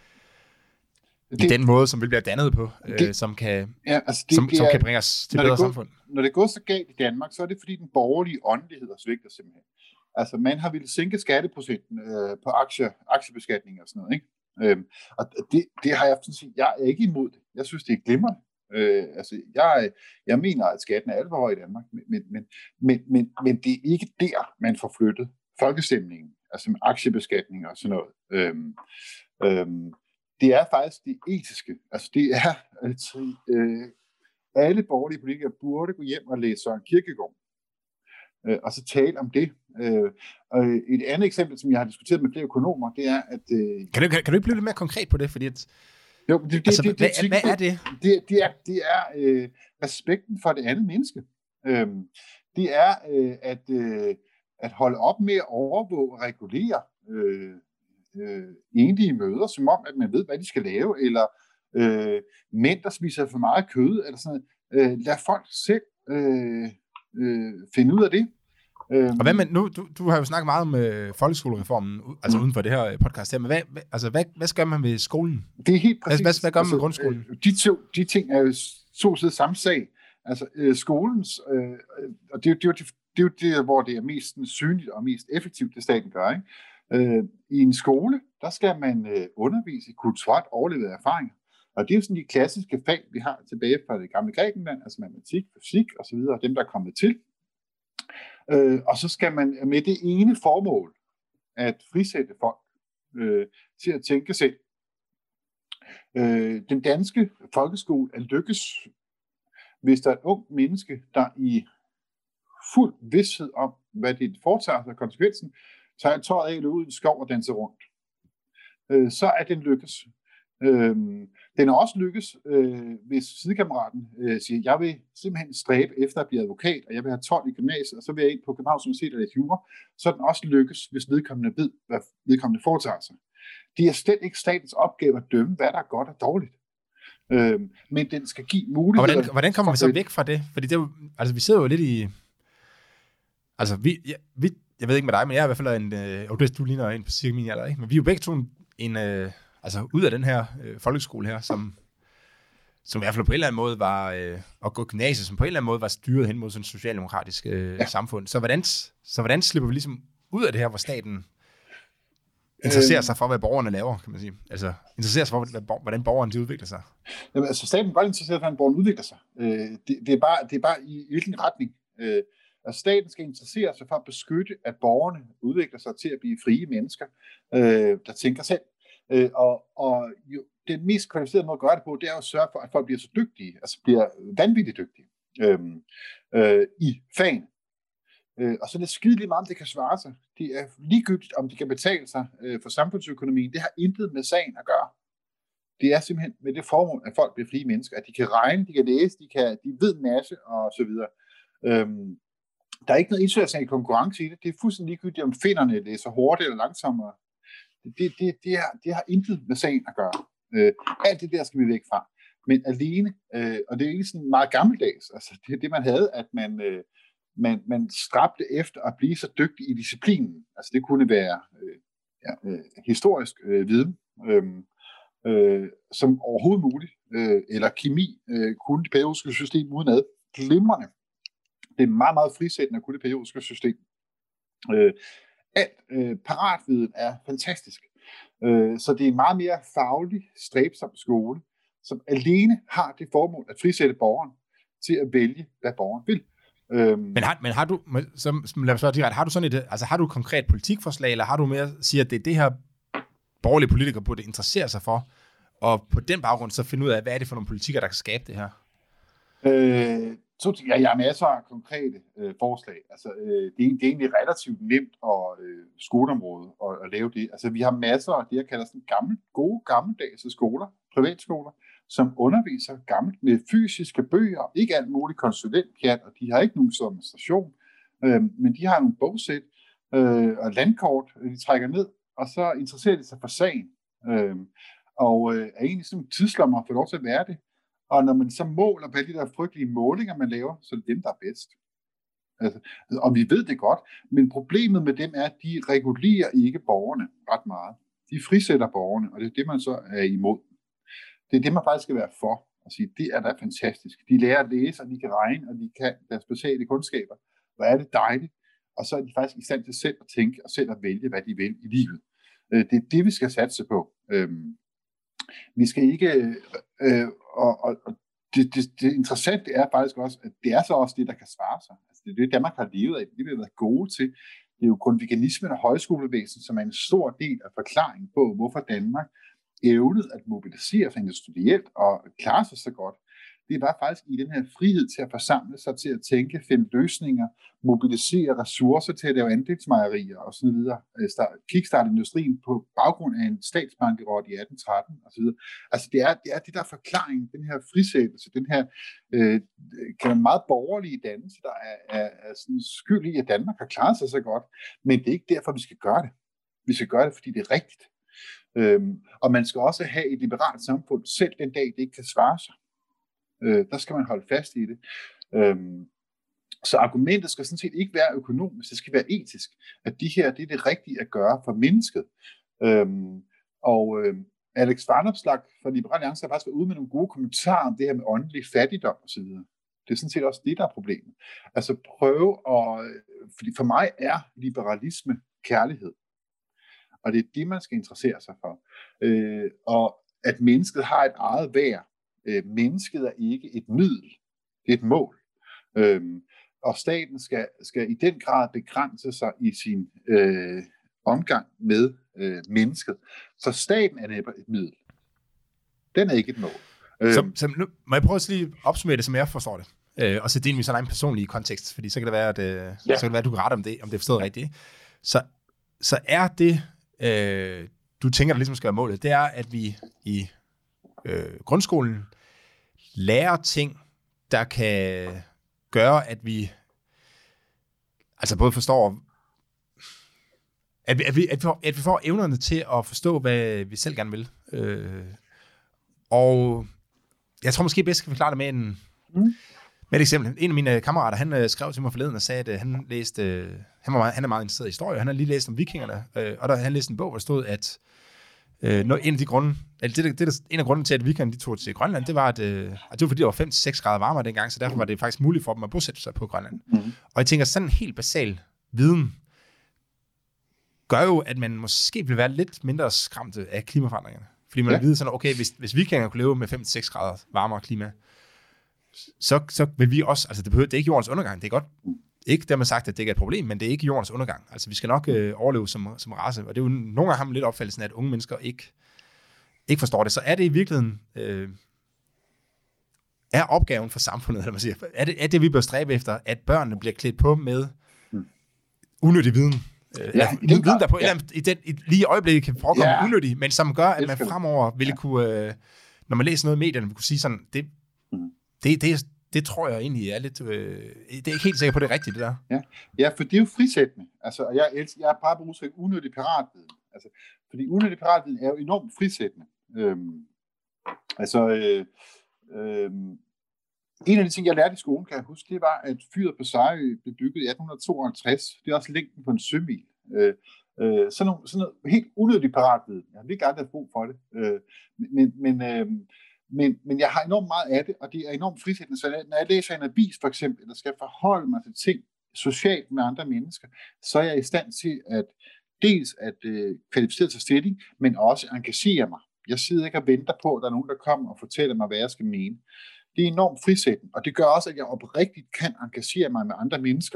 det, i den måde, som vi bliver dannet på, øh, det, som, kan, ja, altså det som, bliver, som kan bringe os til bedre går, samfund? Når det går så galt i Danmark, så er det, fordi den borgerlige åndelighed svigter simpelthen. Altså, man har ville sænke skatteprocenten øh, på aktier, aktiebeskatning og sådan noget, ikke? Øhm, og det, det har jeg sådan set, jeg er ikke imod det. Jeg synes, det er glimrende. Øh, altså, jeg, jeg mener, at skatten er alt for høj i Danmark, men, men, men, men, men, men det er ikke der, man får flyttet folkestemningen, altså med aktiebeskatning og sådan noget. Øhm, øhm, det er faktisk det etiske. Altså, det er, altså, øh, alle borgerlige politikere burde gå hjem og læse Søren Kierkegaard, øh, og så tale om det. Øh, og et andet eksempel, som jeg har diskuteret med flere økonomer, det er, at... Øh, kan, du, kan, kan du ikke blive lidt mere konkret på det? Fordi at, jo, det, det, altså, det, hvad, det, hvad er det? Det, det er, det er øh, respekten for det andet menneske. Øh, det er øh, at, øh, at holde op med at overvåge og regulere øh, øh, enlige mødre, som om, at man ved, hvad de skal lave, eller øh, mænd, der spiser for meget kød, eller sådan noget. Øh, lad folk selv øh, øh, finde ud af det. Og hvad med, nu, du, du har jo snakket meget om øh, folkeskolereformen, altså mm. uden for det her podcast her, men hvad, hvad, altså, hvad, hvad skal man ved skolen? Det er helt præcis. Hvad, hvad, hvad gør man altså, med grundskolen? De, to, de ting er jo to sider samme sag. Altså øh, skolens, øh, og det er, jo, det, er jo, det er jo det, hvor det er mest synligt og mest effektivt, det staten gør, ikke? Øh, I en skole, der skal man øh, undervise i kulturelt overleverede erfaringer. Og det er jo sådan de klassiske fag, vi har tilbage fra det gamle Grækenland, altså matematik, fysik osv., dem der er kommet til. Øh, og så skal man med det ene formål at frisætte folk øh, til at tænke selv. Øh, den danske folkeskole er lykkes, hvis der er et ung menneske, der i fuld vidsthed om, hvad det foretager sig konsekvensen, tager tøjet af eller ud i en skov og danser rundt. Øh, så er den lykkes. Øh, den er også lykkes, øh, hvis sidekammeraten øh, siger, jeg vil simpelthen stræbe efter at blive advokat, og jeg vil have tolv i gymnasiet, og så vil jeg ind på Københavns Universitet og læse jura, så er den også lykkes, hvis vedkommende ved, hvad vedkommende foretager sig. Det er slet ikke statens opgave at dømme, hvad der er godt og dårligt. Øh, men den skal give muligheder. Og hvordan, hvordan kommer vi så væk fra det? Fordi det er jo, altså, vi sidder jo lidt i... Altså, vi, ja, vi, jeg ved ikke med dig, men jeg er i hvert fald en... Øh, og du ligner en på cirka min alder, ikke? Men vi er jo begge to en... en øh, altså, ud af den her øh, folkeskole her, som, som i hvert fald på en eller anden måde var... Øh, og gå gymnasiet, som på en eller anden måde var styret hen mod sådan et socialdemokratisk øh, ja. samfund. Så hvordan, så hvordan slipper vi ligesom ud af det her, hvor staten interesserer sig for, hvad borgerne laver, kan man sige? Altså, interesserer sig for, hvordan borgerne de udvikler sig? Jamen, altså, staten er godt interesseret for, hvordan borgerne udvikler sig. Øh, det, det, er bare, det er bare i hvilken retning. Øh, altså, staten skal interessere sig for at beskytte, at borgerne udvikler sig til at blive frie mennesker, øh, der tænker selv. Øh, og og jo, den mest kvalificerede måde at gøre det på, det er at sørge for, at folk bliver så dygtige, altså bliver vanvittigt dygtige øh, øh, i fagene. Øh, og så er det skide lige meget, om det kan svare sig. Det er ligegyldigt, om det kan betale sig øh, for samfundsøkonomien. Det har intet med sagen at gøre. Det er simpelthen med det formål, at folk bliver frie mennesker, at de kan regne, de kan læse, de, kan, de ved en masse, og så videre. Øhm, der er ikke noget international konkurrence i det. Det er fuldstændig ligegyldigt, om finnerne læser hurtigt eller langsommere. Det, det, det, det, har, det har intet med sagen at gøre. Øh, alt det der skal vi væk fra. Men alene, øh, og det er ikke sådan meget gammeldags, altså det er det, man havde, at man... Øh, Man, man stræbte efter at blive så dygtig i disciplinen. Altså det kunne være øh, ja, øh, historisk øh, viden, øh, øh, som overhovedet muligt, øh, eller kemi, øh, kunne det periodiske system udenad. Glimrende. Det er meget, meget frisættende at kunne det periodiske system. Øh, alt øh, paratviden er fantastisk. Øh, så det er en meget mere faglig, stræbsom skole, som alene har det formål at frisætte borgeren til at vælge, hvad borgeren vil. Øhm. Men har, men har du, så, lad mig spørge direkte, har du sådan et, altså har du et konkret politikforslag, eller har du mere at sige, at det er det her borgerlige politikere burde interessere sig for, og på den baggrund så finde ud af, hvad er det for nogle politikker, der kan skabe det her? Øh, så ja, jeg har masser af konkrete øh, forslag. Altså, øh, det, er, det er egentlig relativt nemt at øh, skoleområdet at, at lave det. Altså, vi har masser af det, jeg kalder sådan gamle, gode, gammeldags skoler, privatskoler, som underviser gammelt med fysiske bøger, ikke alt muligt konsulentpjat, og de har ikke nogen administration, øh, men de har nogle bogsæt øh, og landkort, de trækker ned, og så interesserer de sig for sagen, øh, og øh, er egentlig sådan tidslommer at få lov til at være det. Og når man så måler på alle de der frygtelige målinger, man laver, så er det dem, der er bedst. Altså, og vi ved det godt, men problemet med dem er, at de regulerer ikke borgerne ret meget. De frisætter borgerne, og det er det, man så er imod. Det er det, man faktisk skal være for, og sige, det er da fantastisk. De lærer at læse, og de kan regne, og de kan deres basale kundskaber. Hvor er det dejligt. og så er de faktisk i stand til selv at tænke og selv at vælge, hvad de vil i livet. Øh, det er det, vi skal satse på. Øh, vi skal ikke... Øh, og, og, og det, det, det interessante er faktisk også, at det er så også det, der kan svare sig. Altså, det er det, Danmark har levet af. Det vi har været gode til. Det er jo grundviganismen og højskolevæsen, som er en stor del af forklaringen på, hvorfor Danmark evnede at mobilisere sig industrielt og klare sig så godt. Det var faktisk i den her frihed til at forsamle sig, til at tænke, finde løsninger, mobilisere ressourcer til at lave andelsmejerier og så videre. Kickstarte industrien på baggrund af en statsbankerot i atten tretten og så videre. Altså det er, det er det der forklaring, den her frisættelse, den her øh, kan man meget borgerlige dannelse, der er, er, er sådan skyld i, at Danmark har klaret sig så godt. Men det er ikke derfor, vi skal gøre det. Vi skal gøre det, fordi det er rigtigt. Øhm, og man skal også have et liberalt samfund, selv den dag, det ikke kan svare sig. Øh, der skal man holde fast i det. Øhm, så argumentet skal sådan set ikke være økonomisk, det skal være etisk, at de her, det er det rigtige at gøre for mennesket. Øhm, og øh, Alex Vanopslagh fra Liberal Alliance har faktisk været ude med nogle gode kommentarer om det her med åndelig fattigdom osv. Det er sådan set også det, der er problemet. Altså prøve at, fordi for mig er liberalisme kærlighed. Og det er det, man skal interessere sig for. Øh, og at mennesket har et eget værd. Øh, mennesket er ikke et middel, det er et mål. Øh, og staten skal, skal i den grad begrænse sig i sin øh, omgang med øh, mennesket. Så staten er næppe et middel. Den er ikke et mål. Øh, så, så nu må jeg prøve at lige opsummere det, som jeg forstår det. Øh, og sætte det ind i sådan en personlig kontekst, fordi så kan det være, at, øh, ja. så kan det være, at du kan rette om det, om det er forstået rigtigt. Så, så er det, øh, du tænker, der ligesom skal være målet, det er, at vi i øh, grundskolen lærer ting, der kan gøre, at vi altså både forstår, at vi, at vi, at vi, får, at vi får evnerne til at forstå, hvad vi selv gerne vil. Øh, og jeg tror måske bedst skal forklare det med, en, mm. med et eksempel. En af mine kammerater, han øh, skrev til mig forleden og sagde, at øh, han læste, øh, han, var meget, han er meget interesseret i historie, og han har lige læst om vikingerne, øh, og der han læste en bog, hvor der stod, at øh, når, en af de grunde, eller det, det, det, en af grundene til, at vikingerne de tog til Grønland, det var, at, øh, at det var fordi, der var fem til seks grader varmere dengang, så derfor var det faktisk muligt for dem at bosætte sig på Grønland. Mm. Og jeg tænker, sådan en helt basal viden gør jo, at man måske vil være lidt mindre skræmte af klimaforandringerne. Fordi man ja. vil vide sådan, okay, hvis, hvis vikinger kunne leve med fem til seks grader varmere klima, så, så vil vi også, altså det, behøver, det er ikke jordens undergang, det er godt, ikke dermed sagt, at det ikke er et problem, men det er ikke jordens undergang. Altså vi skal nok øh, overleve som, som race, og det er jo nogle gange har man lidt opfattelsen af, at unge mennesker ikke, ikke forstår det. Så er det i virkeligheden, øh, er opgaven for samfundet, eller man siger, er det, er det, vi bør stræbe efter, at børnene bliver klædt på med unødig viden, Ja, ja, i den viden, der på ja. i den, i, lige i øjeblikket kan forekomme ja. unødig, men som gør, at man fremover ville ja. kunne, øh, når man læser noget i medierne, vil kunne sige sådan, det, mm. det, det, det tror jeg egentlig er lidt, øh, det er ikke helt sikker på, det er rigtigt, det der. Ja, ja for det er jo frisættende. Altså, jeg, elsker, jeg er bare på udtryk unødig piratviden. Altså, fordi unødig piratviden er jo enormt frisættende. Øhm, altså, øh, øh, en af de ting, jeg lærte i skolen, kan jeg huske, det var, at fyret på Sejrø blev bygget i atten tooghalvtreds. Det er også længden på en sømil. Øh, øh, sådan, nogle, sådan noget helt unødigt paratviden. Jeg har virkelig aldrig brug for det. Øh, men, men, øh, men, men jeg har enormt meget af det, og det er enormt frisættende. Så når jeg læser en avis, for eksempel, eller skal forholde mig til ting socialt med andre mennesker, så er jeg i stand til at dels at øh, kvalificere til stilling, men også engagere mig. Jeg sidder ikke og venter på, at der er nogen, der kommer og fortæller mig, hvad jeg skal mene. Det er enormt frisættende, og det gør også, at jeg oprigtigt kan engagere mig med andre mennesker.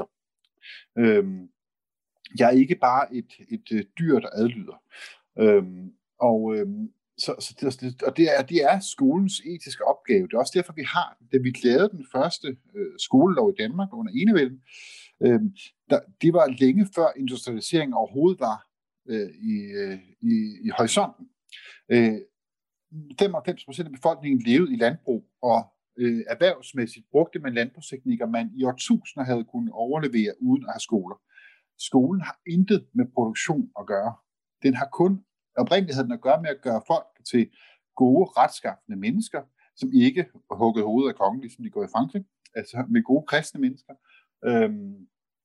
Øhm, jeg er ikke bare et, et, et dyr, der adlyder. Øhm, og øhm, så, så det, og det, er, det er skolens etiske opgave. Det er også derfor, vi har, da vi lavede den første øh, skolelov i Danmark under enevælden, øhm, der, det var længe før industrialiseringen overhovedet var øh, i, øh, i, i horisonten. Øh, femoghalvfems procent af befolkningen levede i landbrug, og Øh, erhvervsmæssigt brugte man landbrugsteknikker, man i årtusinder havde kunnet overlevere uden at have skoler. Skolen har intet med produktion at gøre. Den har kun oprindeligheden at gøre med at gøre folk til gode, retskaffende mennesker, som ikke huggede hovedet af kongen, ligesom de går i Frankrig, altså med gode kristne mennesker. Øhm,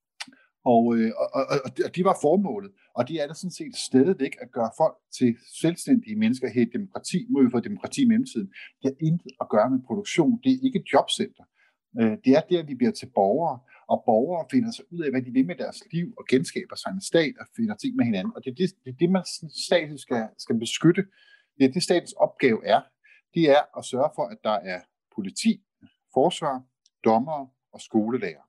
og, og, og, og de var formålet, og det er der sådan set stadigvæk at gøre folk til selvstændige mennesker her i demokrati. Nu har vi fået demokrati i mellemtiden. Det har intet at gøre med produktion. Det er ikke et jobcenter. Det er der, vi bliver til borgere, og borgere finder sig ud af, hvad de vil med deres liv, og genskaber sig en stat og finder ting med hinanden. Og det er det, det, er det man staten skal, skal beskytte. Det er det, statens opgave er. Det er at sørge for, at der er politi, forsvar, dommere og skolelærer.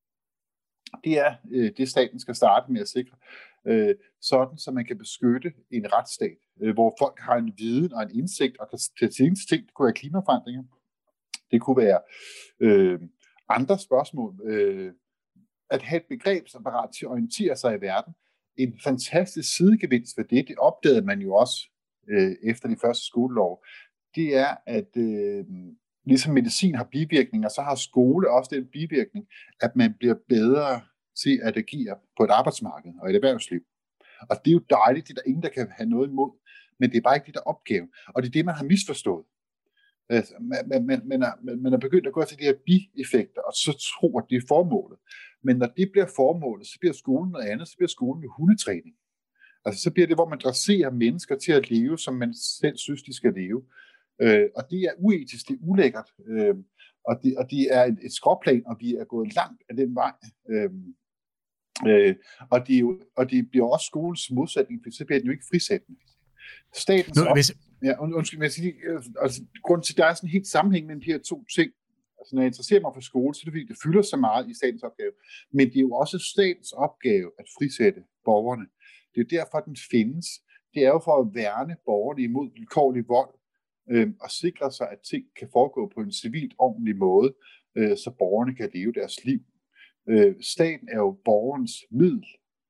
Det er øh, det, staten skal starte med at sikre, øh, sådan så man kan beskytte en retsstat, øh, hvor folk har en viden og en indsigt og kan tage ting. Det kunne være klimaforandringer. Det kunne være øh, andre spørgsmål. Øh, at have et begrebsapparat til at orientere sig i verden. En fantastisk sidegevinst for det, det opdagede man jo også øh, efter de første skolelov, det er, at øh, ligesom medicin har bivirkninger, så har skole også den bivirkning, at man bliver bedre til at agere på et arbejdsmarked og et erhvervsliv. Og det er jo dejligt, det er der ingen, der kan have noget imod, men det er bare ikke det, der er opgave. Og det er det, man har misforstået. Altså, man, man, man, er, man er begyndt at gå til de her bieffekter, og så tror, at det er formålet. Men når det bliver formålet, så bliver skolen noget andet, så bliver skolen jo hundetræning. Altså, så bliver det, hvor man dresserer mennesker til at leve, som man selv synes, de skal leve. Øh, og det er uetisk, det er ulækkert, øh, og, det, og det er et, et skråplan, og vi er gået langt af den vej. Øh, øh, og, det jo, og det bliver også skolens modsætning, for så bliver den jo ikke frisættende. Statens nu, hvis... Ja, undskyld, men jeg siger, altså, grunden til, at der er sådan en helt sammenhæng mellem de her to ting, altså når jeg interesserer mig for skole, så er det fordi, det fylder så meget i statens opgave, men det er jo også statens opgave at frisætte borgerne. Det er jo derfor, den findes. Det er jo for at værne borgerne imod vilkårlig vold, øh, og sikre sig, at ting kan foregå på en civilt ordentlig måde, øh, så borgerne kan leve deres liv. Øh, staten er jo borgerens middel,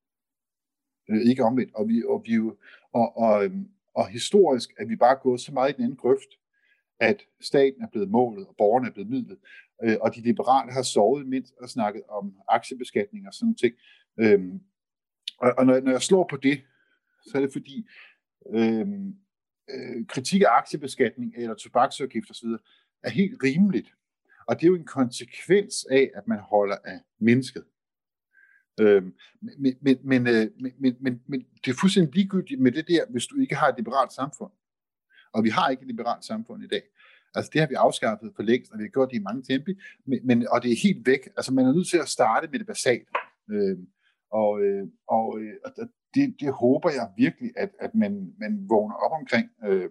øh, ikke omvendt, og vi, og vi jo, og, og, og historisk er vi bare gået så meget i den anden grøft, at staten er blevet målet, og borgerne er blevet midlet, øh, og de liberale har sovet mindst og snakket om aktiebeskatning og sådan nogle ting. Øh, og og når, når jeg slår på det, så er det fordi, øh, øh, kritik af aktiebeskatning eller tobaksafgift osv. er helt rimeligt. Og det er jo en konsekvens af, at man holder af mennesket. Øhm, men, men, men, men, men, men, men det er fuldstændig ligegyldigt med det der, hvis du ikke har et liberalt samfund. Og vi har ikke et liberalt samfund i dag. Altså det har vi afskaffet for længst, og vi har gjort det i mange tempi, men, men, og det er helt væk. Altså man er nødt til at starte med det basale. Øhm, og øh, og øh, det, det håber jeg virkelig, at, at man, man vågner op omkring øh,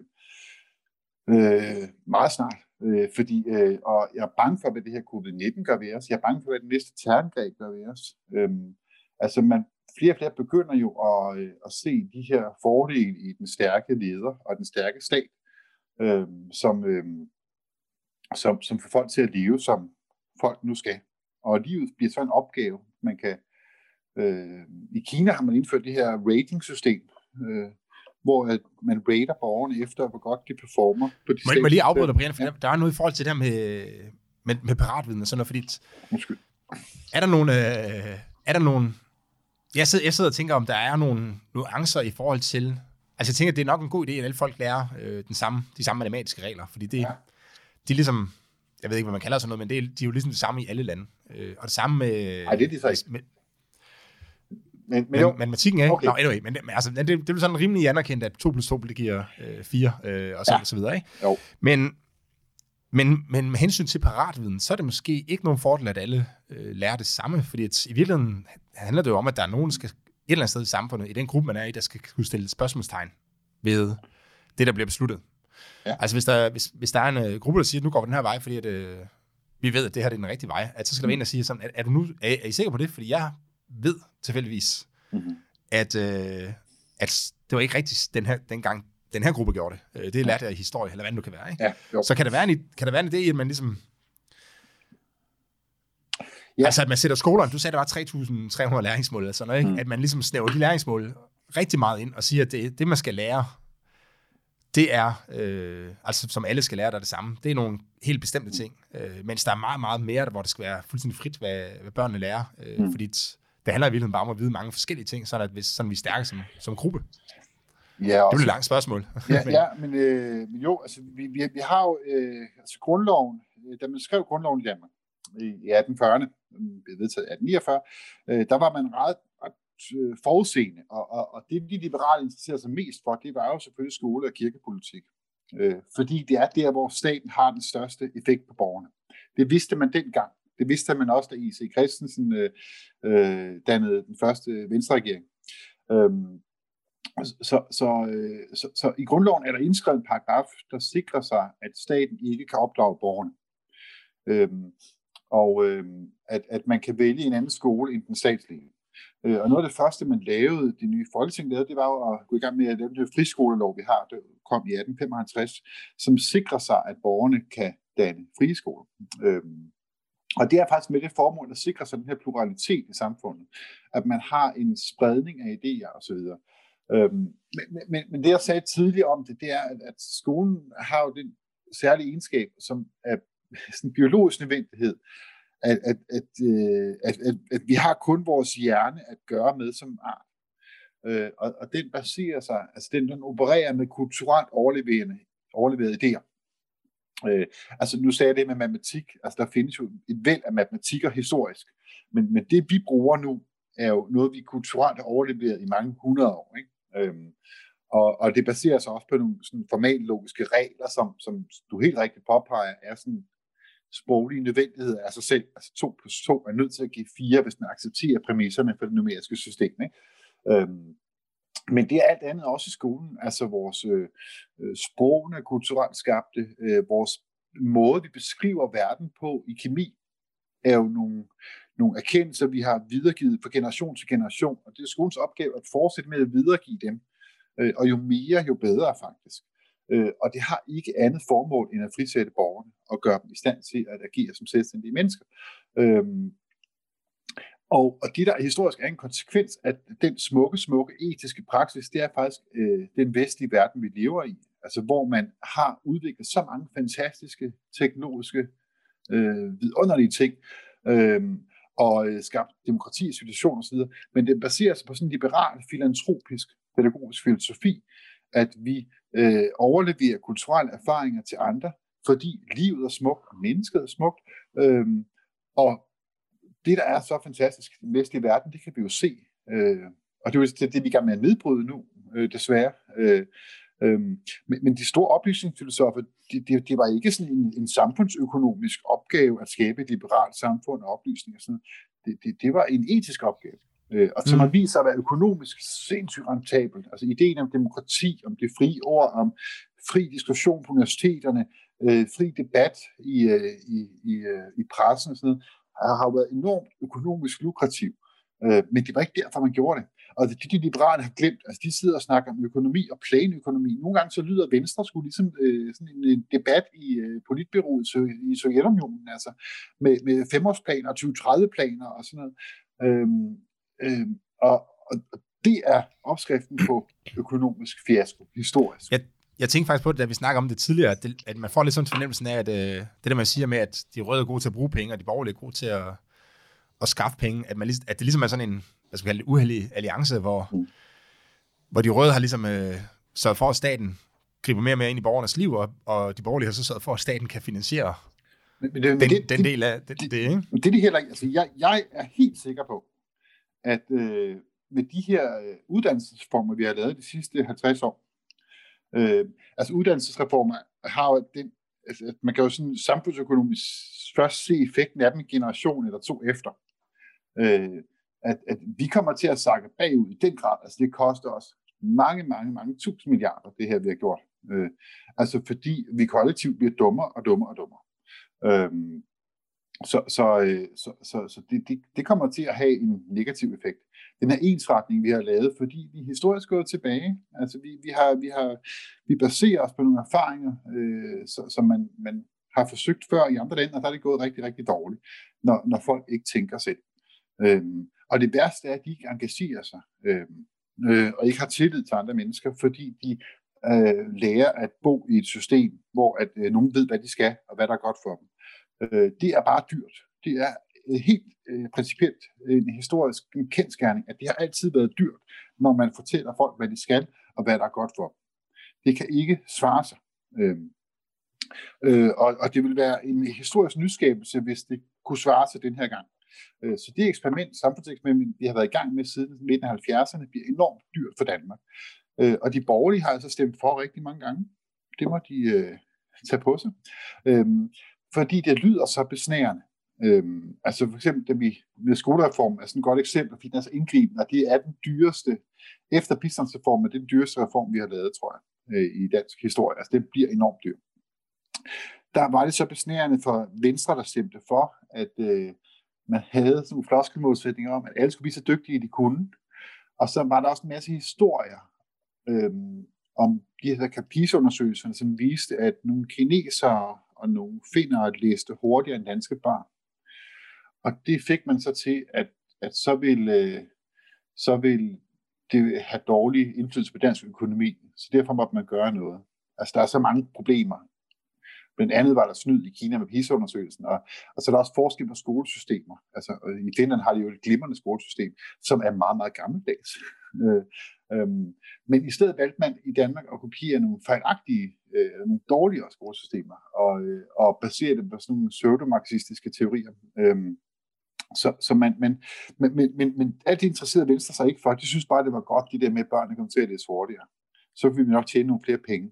øh, meget snart. Øh, fordi, øh, og jeg er bange for, hvad det her covid nitten gør ved os. Jeg er bange for, hvad det næste terrorangreb gør ved os. Øhm, altså, man, flere og flere begynder jo at, øh, at se de her fordele i den stærke leder og den stærke stat, øh, som, øh, som, som får folk til at leve, som folk nu skal. Og livet bliver så en opgave, man kan... Øh, I Kina har man indført det her ratingsystem, øh, hvor man rater borgerne efter, hvor godt de performer på de Må jeg lige afbryde dig, Brian, for ja. Der er noget i forhold til det her med, med, med paratviden og sådan noget, fordi... Undskyld. Er der nogle... Øh, er der nogle jeg, sidder, jeg sidder og tænker, om der er nogle nuancer i forhold til... Altså jeg tænker, det er nok en god idé, at alle folk lærer øh, den samme, de samme matematiske regler, fordi det, ja. de er ligesom... Jeg ved ikke, hvad man kalder sådan noget, men det er, de er jo ligesom det samme i alle lande. Øh, og det samme med... Nej, det er de så ikke. Med, Men, men, men, jo. matematikken er ikke. Okay. Nå, anyway, men, men altså, det, det er sådan rimelig anerkendt, at to plus to, det giver øh, fire, øh, og så, ja. så videre, ikke? Jo. Men, men, men med hensyn til paratviden, så er det måske ikke nogen fordel, at alle øh, lærer det samme, fordi at, i virkeligheden handler det jo om, at der er nogen, der skal et eller andet sted i samfundet, i den gruppe, man er i, der skal kunne stille et spørgsmålstegn ved det, der bliver besluttet. Ja. Altså, hvis der, hvis, hvis der er en uh, gruppe, der siger, at nu går vi den her vej, fordi at, øh, vi ved, at det her det er den rigtige vej, at så skal der være en, der siger sådan, er, er, du nu, er, er I sikker på det? Fordi jeg ved tilfældigvis, mm-hmm. at, øh, at det var ikke rigtigt den her, dengang, den her gruppe gjorde det. Øh, det lærte jeg i historie, eller hvad det nu kan være. Ikke? Ja, så kan der, være en, kan der være en idé i, at man ligesom... Ja. Altså, at man sætter skolerne... Du sagde, der var tre tusind tre hundrede læringsmål, eller sådan noget, ikke? Mm. At man ligesom snæver de læringsmål rigtig meget ind, og siger, at det, det man skal lære, det er... Øh, altså, som alle skal lære, der er det samme. Det er nogle helt bestemte ting. Øh, mens der er meget, meget mere, hvor det skal være fuldstændig frit, hvad, hvad børnene lærer. Øh, mm. Fordi det handler i virkeligheden bare om at vide mange forskellige ting, sådan at hvis, sådan vi er stærke som, som gruppe. Ja, det er jo et langt spørgsmål. Ja, men, ja, men, øh, men jo, altså vi, vi, vi har jo øh, altså grundloven, da man skrev grundloven i Danmark i atten fyrrerne, blev vedtaget i atten niogfyrre, øh, der var man ret, ret øh, forudseende, og, og, og det de liberale interesserede sig mest for, det var jo selvfølgelig skole- og kirkepolitik. Øh, fordi det er der, hvor staten har den største effekt på borgerne. Det vidste man dengang. Det vidste man også, da I C Christensen øh, øh, dannede den første Venstre-regering. Øhm, så, så, øh, så, så i grundloven er der indskrevet en paragraf, der sikrer sig, at staten ikke kan opdrage borgerne. Øhm, og øh, at, at man kan vælge en anden skole end den statslige. Øh, og noget af det første, man lavede, det nye Folketing lavede, det var jo at gå i gang med at lave den friskolelov, vi har, der kom i atten femoghalvtreds, som sikrer sig, at borgerne kan danne frie skoler. Øh, og det er faktisk med det formål, at sikre sig den her pluralitet i samfundet, at man har en spredning af idéer osv. Øh, men, men, men det, jeg sagde tidligere om det, det er, at, at skolen har jo den særlige egenskab, som er sådan en biologisk nødvendighed, At, at, at, at, at, at vi har kun vores hjerne at gøre med som art. Øh, og, og den baserer sig, altså den, den opererer med kulturelt overleverende, overleverede idéer. Øh, altså nu sagde jeg det med matematik, altså der findes jo et væld af matematikker historisk, men, men det vi bruger nu, er jo noget, vi kulturelt har overleveret i mange hundrede år. Ikke? Øh, og, og det baserer sig også på nogle sådan formallogiske regler, som, som du helt rigtigt påpeger, er sådan sproglige nødvendigheder af sig selv. Altså to plus to er nødt til at give fire, hvis man accepterer præmisserne for det numeriske system. Ikke? Øhm, men det er alt andet også i skolen. Altså vores øh, sprogene er kulturelt skabte. Øh, vores måde, vi beskriver verden på i kemi, er jo nogle, nogle erkendelser, vi har videregivet fra generation til generation. Og det er skolens opgave at fortsætte med at videregive dem. Øh, og jo mere, jo bedre faktisk. Øh, og det har ikke andet formål end at frisætte borgerne og gøre dem i stand til at agere som selvstændige mennesker. Øhm, og, og det, der historisk er en konsekvens af den smukke, smukke etiske praksis, det er faktisk øh, den vestlige verden, vi lever i. Altså hvor man har udviklet så mange fantastiske teknologiske øh, vidunderlige ting, øh, og øh, skabt demokrati, situation osv., men det baserer sig på sådan en liberal, filantropisk, pædagogisk filosofi, at vi øh, overleverer kulturelle erfaringer til andre, fordi livet er smukt, og mennesket er smukt. Øhm, og det, der er så fantastisk i den vestlige verden, det kan vi jo se. Øh, og det er jo det, det vi er i gang med at nedbryde nu, øh, desværre. Øh, øh, men, men de store oplysningsfilosofer, det de, de var ikke sådan en, en samfundsøkonomisk opgave at skabe et liberalt samfund og oplysning. Og sådan. Det, det, det var en etisk opgave. Og som har vist sig at være økonomisk sindssygt rentabelt. Altså ideen om demokrati, om det frie ord, om fri diskussion på universiteterne, øh, fri debat i, øh, i, i, øh, i pressen og sådan noget, har jo været enormt økonomisk lukrativ. Øh, men det var ikke derfor, man gjorde det. Og det de liberale har glemt, altså de sidder og snakker om økonomi og planøkonomi. Nogle gange så lyder Venstre sgu ligesom øh, sådan en, en debat i øh, politbureauet i Sovjetunionen, altså med, med femårsplaner og tyve tredive planer og sådan noget. Øh, Øhm, og, og det er opskriften på økonomisk fiasko, historisk. Jeg, jeg tænkte faktisk på det, da vi snakker om det tidligere, at, det, at man får lidt sådan en fornemmelse af, at øh, det der man siger med, at de røde er gode til at bruge penge, og de borgerlige er gode til at, at skaffe penge, at, man, at det ligesom er sådan en, hvad skal vi kalde det, uheldig alliance, hvor, mm. hvor de røde har ligesom øh, sørget for, at staten griber mere og mere ind i borgernes liv, og, og de borgerlige har så sørget for, at staten kan finansiere men, men det, den, det, den del af det. Det, det, ikke? det er de heller ikke. Altså, jeg, jeg er helt sikker på, at øh, med de her øh, uddannelsesreformer, vi har lavet de sidste halvtreds år, øh, altså uddannelsesreformer har jo den, altså, at man kan jo sådan samfundsøkonomisk først se effekten af dem en generation eller to efter. Øh, at, at vi kommer til at sakke bagud i den grad, altså det koster os mange, mange, mange tusind milliarder, det her vi har gjort. Øh, altså fordi vi kollektivt bliver dummere og dummere og dummere. Øh, Så, så, så, så, så det, det, det kommer til at have en negativ effekt. Den her ensretning, vi har lavet, fordi vi historisk gået tilbage. Altså vi, vi, har, vi, har, vi baserer os på nogle erfaringer, øh, så, som man, man har forsøgt før i andre lande, og der er det gået rigtig, rigtig dårligt, når, når folk ikke tænker selv. Øhm, og det værste er, at de ikke engagerer sig, øh, øh, og ikke har tillid til andre mennesker, fordi de øh, lærer at bo i et system, hvor at, øh, nogen ved, hvad de skal, og hvad der er godt for dem. Det er bare dyrt. Det er helt øh, principielt en historisk en kendsgerning, at det har altid været dyrt, når man fortæller folk, hvad de skal, og hvad der er godt for dem. Det kan ikke svare sig. Øh, øh, og, og det vil være en historisk nyskabelse, hvis det kunne svare sig den her gang. Øh, så det eksperiment, samfundseksperiment, vi har været i gang med siden midten af halvfjerdserne, bliver enormt dyrt for Danmark. Øh, og de borgerlige har altså stemt for rigtig mange gange. Det må de øh, tage på sig. Øh, Fordi det lyder så besnærende. Øhm, altså for eksempel, da vi med skolereformen er sådan et godt eksempel, fordi den er så indgribende, og det er den dyreste, efter bistandsreformen, det er den dyreste reform, vi har lavet, tror jeg, øh, i dansk historie. Altså det bliver enormt dyrt. Der var det så besnærende for Venstre, der stemte for, at øh, man havde sådan nogle floskelmålsætninger om, at alle skulle blive så dygtige, de kunne. Og så var der også en masse historier øh, om de her PISA-undersøgelser, som viste, at nogle kinesere og nogle finnere læste hurtigere end danske børn. Og det fik man så til, at, at så ville så vil det have dårlig indflydelse på dansk økonomi. Så derfor måtte man gøre noget. Altså, der er så mange problemer. Blandt andet var der snyd i Kina med PISA-undersøgelsen, og, og så er der også forskel på skolesystemer. Altså, i Finland har de jo et glimrende skolesystem, som er meget, meget gammeldags. øh, øhm, men i stedet valgte man i Danmark at kopiere nogle fejlagtige, øh, nogle dårligere skolesystemer, og, øh, og basere dem på sådan nogle pseudomarxistiske teorier. Øhm, så, så man, men, men, men, men, men alt det interesserede Venstre sig ikke for. De synes bare, det var godt, det der med, at børnene kom til at læse hurtigere. Så ville vi nok tjene nogle flere penge.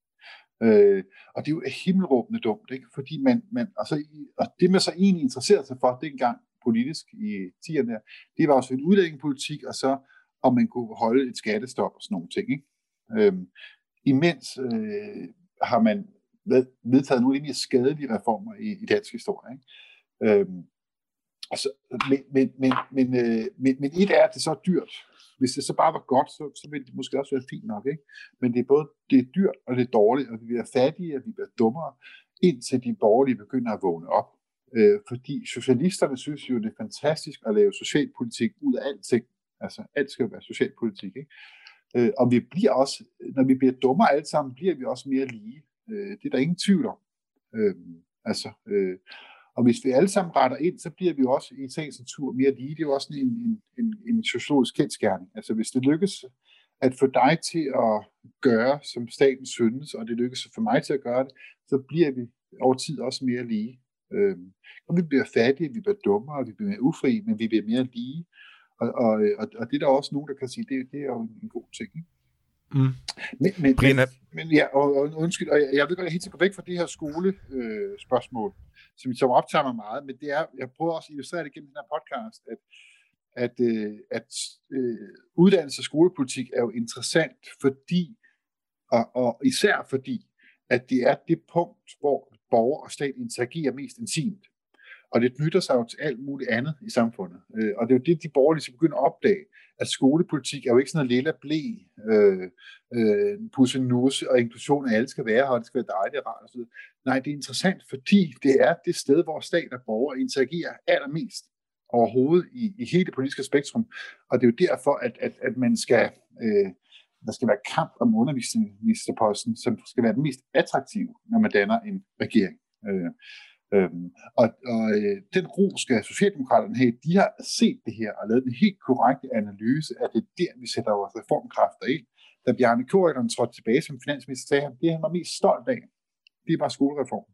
Øh, og det er jo himmelråbende dumt, ikke? Fordi man, man altså, og det man så egentlig interesserede sig for dengang politisk i tierne der, det var også en udlændingepolitik, og så om man kunne holde et skattestop og sådan nogle ting, ikke? Øh, imens øh, har man vedtaget nogle lidt mere skadelige reformer i, i dansk historie, ikke? Øh, altså, men, men, men, men, øh, men, men et er, at det så er dyrt. Hvis det så bare var godt, så, så ville det måske også være fint nok, ikke? Men det er både det er dyrt, og det er dårligt, og vi bliver fattige, og vi bliver dummere, indtil de borgerlige begynder at vågne op. Øh, fordi socialisterne synes jo, det er fantastisk at lave socialpolitik ud af alting. Altså, alt skal jo være socialpolitik, ikke? Øh, og vi bliver også, når vi bliver dummere alle sammen, bliver vi også mere lige. Øh, det er der ingen tvivl om. Øh, altså... Øh, Og hvis vi alle sammen retter ind, så bliver vi jo også i sagens natur mere lige. Det er jo også en, en, en, en sociologisk kendsgerning. Altså hvis det lykkes at få dig til at gøre, som staten synes, og det lykkes for mig til at gøre det, så bliver vi over tid også mere lige. Øhm, og vi bliver fattige, vi bliver dummere, vi bliver mere ufri, men vi bliver mere lige. Og, og, og, og det er der også nogen, der kan sige, det, det er jo en, en god ting, ikke? Mm. Men, men, men, men ja, og, og undskyld, og jeg, jeg vil godt helt til gå væk fra det her skolespørgsmål, øh, som, som optager mig meget, men det er, jeg prøver også at illustrere det gennem den her podcast, at, at, øh, at øh, uddannelse og skolepolitik er jo interessant, fordi, og, og især fordi, at det er det punkt, hvor borger og stat interagerer mest intimt. Og det knytter sig jo til alt muligt andet i samfundet. Øh, og det er jo det, de borgerlige skal begynde at opdage, at skolepolitik er jo ikke sådan noget lille blæ, øh, øh, pussenusse og inklusion, at alle skal være her, og det skal være dejligt og rart osv. Nej, det er interessant, fordi det er det sted, hvor stat og borgere interagerer allermest overhovedet i, i hele det politiske spektrum. Og det er jo derfor, at, at, at man skal, øh, der skal være kamp om undervisningsministerposten, som skal være den mest attraktive, når man danner en regering. Øh, Øhm, og og øh, den ro skal Socialdemokraterne have. De har set det her og lavet en helt korrekt analyse, at det er der, vi sætter vores reformkræfter ind. Da Bjarne Corydon trådte tilbage som finansminister, sagde han, det han var mest stolt af, det var skolereform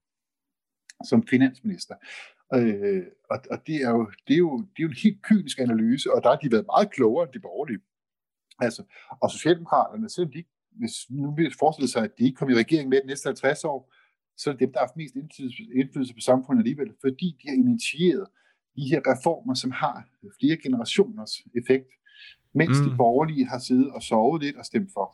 som finansminister. Øh, og og det, er jo, det, er jo, det er jo en helt kynisk analyse, og der har de været meget klogere end de borgerlige. Altså, og Socialdemokraterne, selvom de, hvis nu vil forestille sig, at de ikke kommer i regering med de næste halvtreds år, så er det dem, der har haft mest indflydelse, indflydelse på samfundet alligevel, fordi de har initieret de her reformer, som har flere generationers effekt, mens mm. de borgerlige har siddet og sovet lidt og stemt for.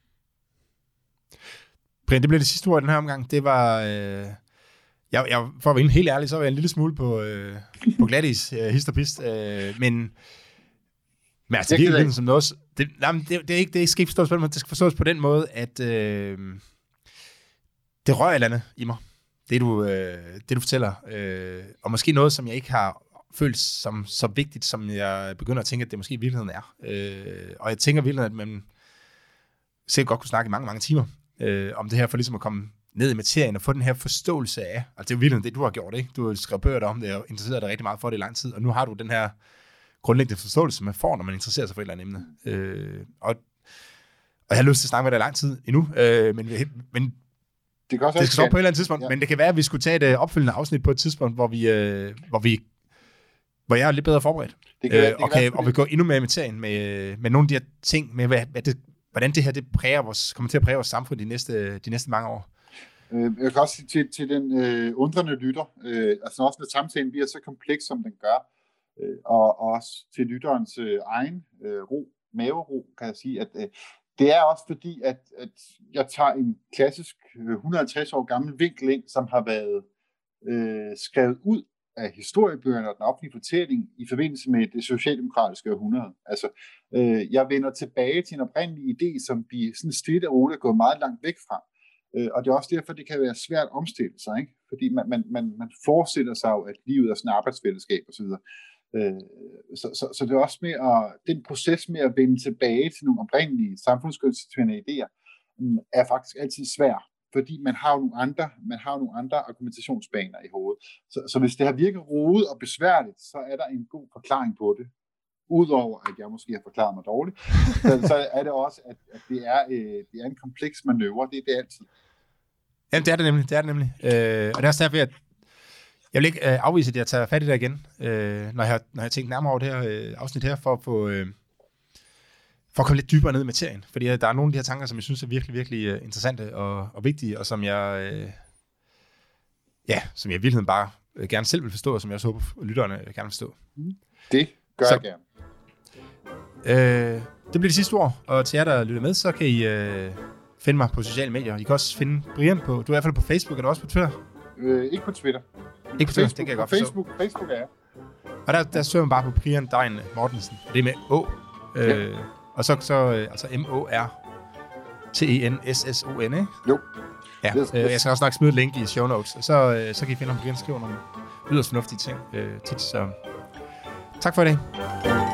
Brian, det blev det sidste ord i den her omgang. Det var, øh, jeg, jeg, for at være helt ærlig, så var jeg en lille smule på, øh, på glatis, øh, hist og pist, øh, men, men altså, det er som noget, det, nej, det, det, er ikke, det skal ikke forstås på den måde, det skal forstås på den måde, at øh, det rører et eller andet i mig, det du, øh, det du fortæller. Øh, og måske noget, som jeg ikke har følt som så vigtigt, som jeg begynder at tænke, at det måske i virkeligheden er. Øh, og jeg tænker virkelig, at man sikkert godt kunne snakke i mange, mange timer øh, om det her, for ligesom at komme ned i materien og få den her forståelse af, altså det er jo virkelig det, du har gjort, ikke? Du har skrevet bøger om det og interesseret dig rigtig meget for det i lang tid, og nu har du den her grundlæggende forståelse, man får, når man interesserer sig for et eller andet emne. Øh, og, og jeg har lyst til at snakke med dig i lang tid endnu, øh, men, men det, kan også det skal så på et eller andet tidspunkt, ja. Men det kan være, at vi skulle tage et opfølgende afsnit på et tidspunkt, hvor vi, øh, hvor vi hvor jeg er lidt bedre forberedt, det kan, øh, det kan og, kan, og vi går endnu mere i materien med, med nogle af de her ting, med hvad, hvad det, hvordan det her det præger vores, kommer til at præge vores samfund de næste, de næste mange år. Øh, jeg kan også sige til, til den øh, undrende lytter, øh, altså også når samtalen bliver så kompleks, som den gør, øh, og også til lytterens øh, egen øh, ro, mavero, kan jeg sige, at øh, det er også fordi, at, at jeg tager en klassisk øh, et hundrede og halvtreds år gammel vinkel ind, som har været øh, skrevet ud af historiebøgerne og den offentlige fortælling i forbindelse med det socialdemokratiske århundrede. Altså, øh, jeg vender tilbage til en oprindelig idé, som vi sådan stille og roligt er gået meget langt væk fra. Øh, og det er også derfor, det kan være svært at omstille sig, ikke? Fordi man, man, man, man forestiller sig jo, at livet er sådan et arbejdsfællesskab osv. Øh, så, så, så det er også med at, den proces med at vende tilbage til nogle oprindelige samfundskonstituerende idéer, øh, er faktisk altid svær. Fordi man har jo nogle andre, man har jo nogle andre argumentationsbaner i hovedet. Så, så hvis det har virket rodet og besværligt, så er der en god forklaring på det. Udover at jeg måske har forklaret mig dårligt, så, så er det også, at, at det, er, øh, det er en kompleks manøvre. Det er det altid. Jamen, det er det nemlig. Det er det nemlig. Øh, og det er også derfor, at jeg vil ikke øh, afvise, at jeg tager fat i det igen, øh, når, jeg, når jeg tænker nærmere over det her øh, afsnit her, for at få... Øh, for at komme lidt dybere ned i materien. Fordi der er nogle af de her tanker, som jeg synes er virkelig, virkelig uh, interessante og, og vigtige, og som jeg, uh, ja, som jeg i virkeligheden bare uh, gerne selv vil forstå, og som jeg også håber, at lytterne gerne vil forstå. Det gør så, jeg gerne. Uh, det bliver det sidste ord, og til jer, der lytter med, så kan I uh, finde mig på sociale medier. I kan også finde Brian på, du er i hvert fald på Facebook, er du også på Twitter? Øh, ikke på Twitter. Ikke på Twitter, det kan jeg godt forstå. Facebook, Facebook er jeg. Og der, der søger man bare på Brian Dein Mortensen, og det er med Å. Ja. Uh, Og så, så altså M O R T E N S S O N, ikke? Jo. Ja, yes, yes. Øh, jeg skal også nok smide et link i show notes, så, øh, så kan I finde, om Brian skriver nogle yderst fornuftige ting øh, tit. Så tak for i dag.